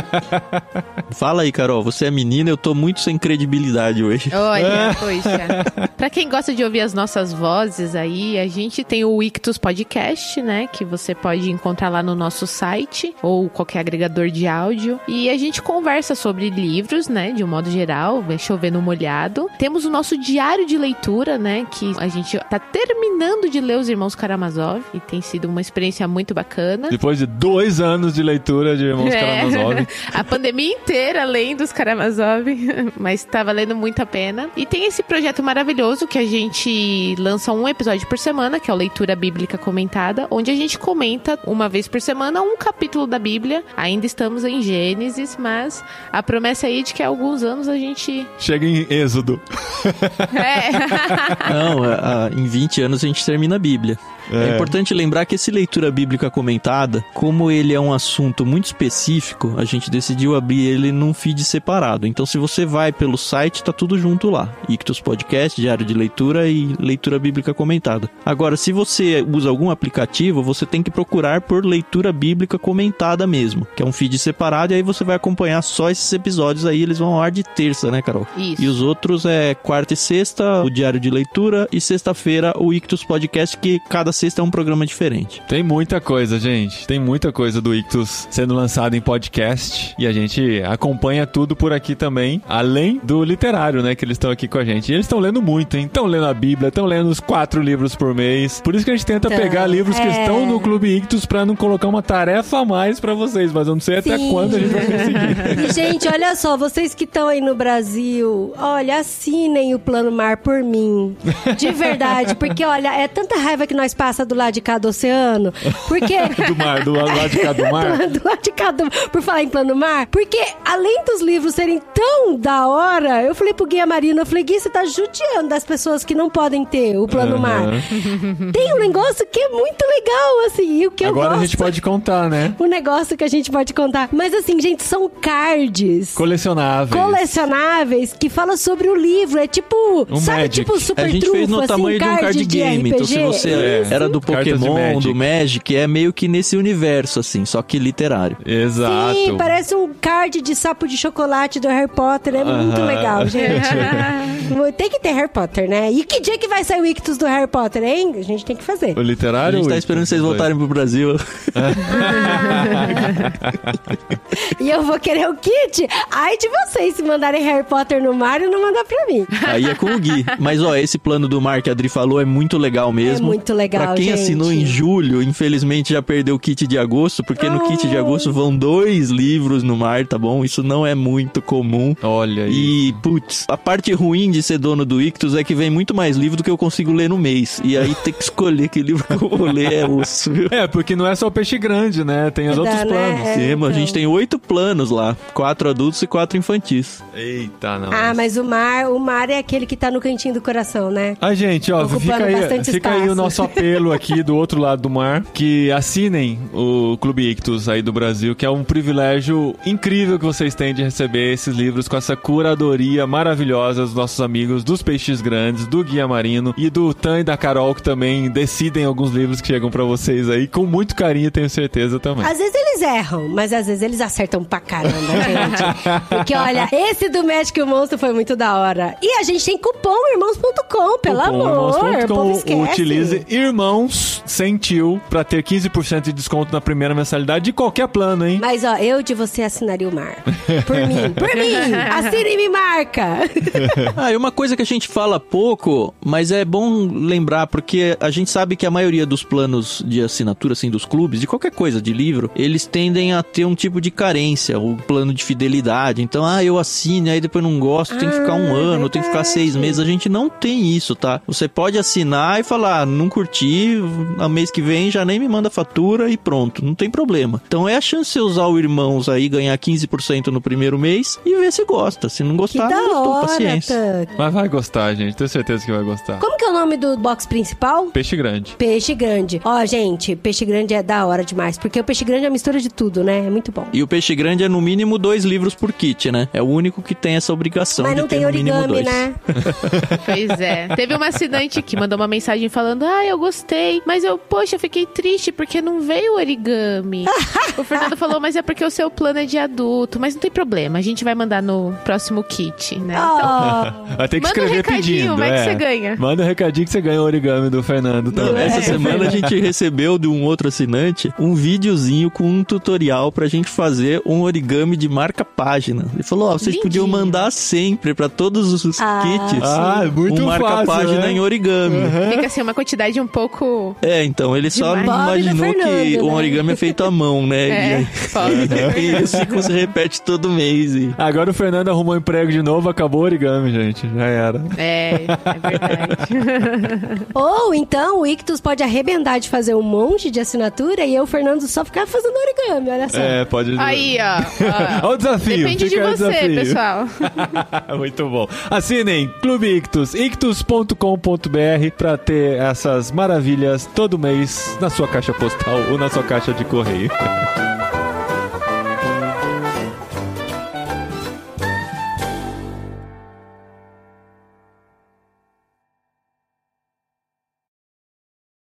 Fala aí, Carol, você é menina, eu tô muito sem credibilidade hoje. Olha, poxa. Pra quem gosta de ouvir as nossas vozes aí, a gente tem o Ictus Podcast, né? Que você pode encontrar lá no nosso site ou qualquer agregador de áudio. E a gente conversa sobre livros, né? De um modo geral, vai chover no molhado. Temos o nosso diário de leitura, né? Que a gente tá terminando de ler Os Irmãos Karamazov e tem sido uma experiência muito bacana. Depois de dois anos de leitura de Irmãos É. Karamazov. A pandemia inteira lendo os Karamazov, mas tá valendo muito a pena. E tem esse projeto maravilhoso que a gente lança um episódio por semana, que é o Leitura Bíblica Comentada, onde a gente comenta uma vez por semana um capítulo da Bíblia. Ainda estamos em Gênesis, mas a promessa aí de que há alguns anos a gente... Chega em Êxodo. É. Não, a- a- em vinte anos a gente termina a Bíblia. É. É. importante lembrar que esse leitura bíblica comentada, como ele é um assunto muito específico, a gente decidiu abrir ele num feed separado. Então, se você vai pelo site, tá tudo junto lá. Ictus Podcast, Diário de Leitura e Leitura Bíblica Comentada. Agora, se você usa algum aplicativo, você tem que procurar por Leitura Bíblica Comentada mesmo, que é um feed separado, e aí você vai acompanhar só esses episódios aí, eles vão ao ar de terça, né, Carol? Isso. E os outros é quarta e sexta, o Diário de Leitura, e sexta-feira, o Ictus Podcast, que cada sexta é um programa diferente. Tem muita coisa, gente. Tem muita coisa do Ictus sendo lançado em podcast. E a gente acompanha tudo por aqui também. Além do literário, né? Que eles estão aqui com a gente. E eles estão lendo muito, hein? Estão lendo a Bíblia, estão lendo os quatro livros por mês. Por isso que a gente tenta Então, pegar livros que é. estão no Clube Ictus pra não colocar uma tarefa a mais pra vocês. Mas eu não sei até Sim. quando a gente vai conseguir. E, gente, olha só, vocês que estão aí no Brasil, olha, assinem o Plano Mar por mim. De verdade, porque, olha, é tanta raiva que nós passamos passa do lado de cá do oceano? Porque... Do mar, do lado de cá do mar. do lado de cá do... Por falar em plano mar, porque além dos livros serem tão da hora, eu falei pro Guia Marino, eu falei, Gui, você tá judiando das pessoas que não podem ter o plano Uhum. mar. Tem um negócio que é muito legal, assim, e o que Agora eu gosto... a gente pode contar, né? Um negócio que a gente pode contar. Mas assim, gente, são cards... Colecionáveis. colecionáveis que fala sobre o livro. É tipo, Um sabe, Magic. tipo super A gente trunfo, fez no assim, tamanho de um card de game. Então, se R P G. você É. era do Cartas de Pokémon, Magic. do Magic, é meio que nesse universo, assim, só que literário. Exato. Sim, parece um card de sapo de chocolate do Harry Potter. É muito Aham. legal, gente. Tem que ter Harry Potter, né? E que dia que vai sair o Ictus do Harry Potter, hein? A gente tem que fazer. O A literário? gente tá ou esperando vocês os dois? voltarem pro Brasil. E eu vou querer o kit. Ai de vocês se mandarem Harry Potter no mar e não mandar pra mim. Aí é com o Gui. Mas, ó, esse plano do mar que a Adri falou é muito legal mesmo. É muito legal, Pra quem gente. assinou em julho, infelizmente já perdeu o kit de agosto, porque no kit de agosto vão dois livros no mar, tá bom? Isso não é muito comum. Olha aí. E, putz, a parte ruim de ser dono do Ictus é que vem muito mais livro do que eu consigo ler no mês. E aí ter que escolher que livro que eu vou ler é osso, viu? É, porque não é só o peixe grande, né? Tem os Dá, outros né? planos. É, Sim, mas a gente então. tem oito planos lá. Quatro adultos e quatro infantis. Eita, não. Ah, mas o mar, o mar é aquele que tá no cantinho do coração, né? Ah, gente, ó, Ocupando fica aí, bastante fica aí o espaço. nosso apelo aqui do outro lado do mar, que assinem o Clube Ictus aí do Brasil, que é um privilégio incrível que vocês têm de receber esses livros com essa curadoria maravilhosa dos nossos amigos dos Peixes Grandes, do Guia Marino e do Tan e da Carol, que também decidem alguns livros que chegam pra vocês aí, com muito carinho, tenho certeza também. Às vezes eles erram, mas às vezes eles acertam pra caramba, gente. Porque, olha, esse do Magic e o Monstro foi muito da hora. E a gente tem cupom irmãos ponto com, pelo Cupom amor. irmãos ponto O com, povo esquece. utilize irmãos sem tio pra ter quinze por cento de desconto na primeira mensalidade de qualquer plano, hein? Mas, ó, eu de você assinaria o mar. Por mim, por mim. Assina e me marca. Ah, e uma coisa que a gente fala pouco, mas é bom lembrar, porque a gente sabe que a maioria dos planos de assinatura, assim, dos clubes, de qualquer coisa, de livro, eles tendem a ter um tipo de carência, o plano de fidelidade. Então, ah, eu assino, aí depois não gosto, tem que ficar um Ah, ano, tem que ficar verdade. seis meses. A gente não tem isso, tá? Você pode assinar e falar, ah, não curti, a mês que vem já nem me manda fatura e pronto, não tem problema. Então é a chance de você usar o Irmãos aí, ganhar quinze por cento no primeiro mês e ver se gosta. Se não Que gostar, da não gostou, hora, paciência. Tan. Mas vai gostar, gente. Tenho certeza que vai gostar. Como que é o nome do box principal? Peixe grande. Peixe Grande. Ó, gente, Peixe Grande é da hora demais, porque o Peixe Grande é a mistura de tudo, né? É muito bom. E o Peixe Grande é no mínimo dois livros por kit, né? É o único que tem essa obrigação Mas de não ter tem no mínimo origami, dois. né? Pois é. Teve uma assinante que mandou uma mensagem falando: ah, eu gostei, mas eu, poxa, eu fiquei triste porque não veio origami. O Fernando falou, mas é porque o seu plano é de adulto. Mas não tem problema, a gente vai mandar no próximo kit, né? Então, Oh, Vai ter que manda um escrever recadinho, pedindo. vai que é. você ganha. Manda um recadinho que você ganha o origami do Fernando Não, também. essa É. semana a gente recebeu de um outro assinante um videozinho com um tutorial pra gente fazer um origami de marca-página. Ele falou, ó, vocês Lindinho. podiam mandar sempre pra todos os Ah, kits Ah, muito um fácil, marca-página né? em origami. Fica assim, uma quantidade um pouco... É, então, ele só Demais. não Pobre do imaginou que Fernando, um né? origami é feito à mão, né? E É, aí, pobre. e esse ciclo se repete todo mês. E... Agora o Fernando arrumou emprego de novo, acabou o origami, gente. Já era. É, é verdade. Ou então o Ictus pode arrebentar de fazer um monte de assinatura e eu, Fernando, só ficar fazendo origami, olha só. É, pode... Aí, ó. ó. Olha o desafio. Depende de fica aí o você, desafio. pessoal. Muito bom. Assinem Clube Ictus, ictus ponto com ponto b r pra ter essas maravilhas todo mês na sua caixa postal ou na sua caixa de correio.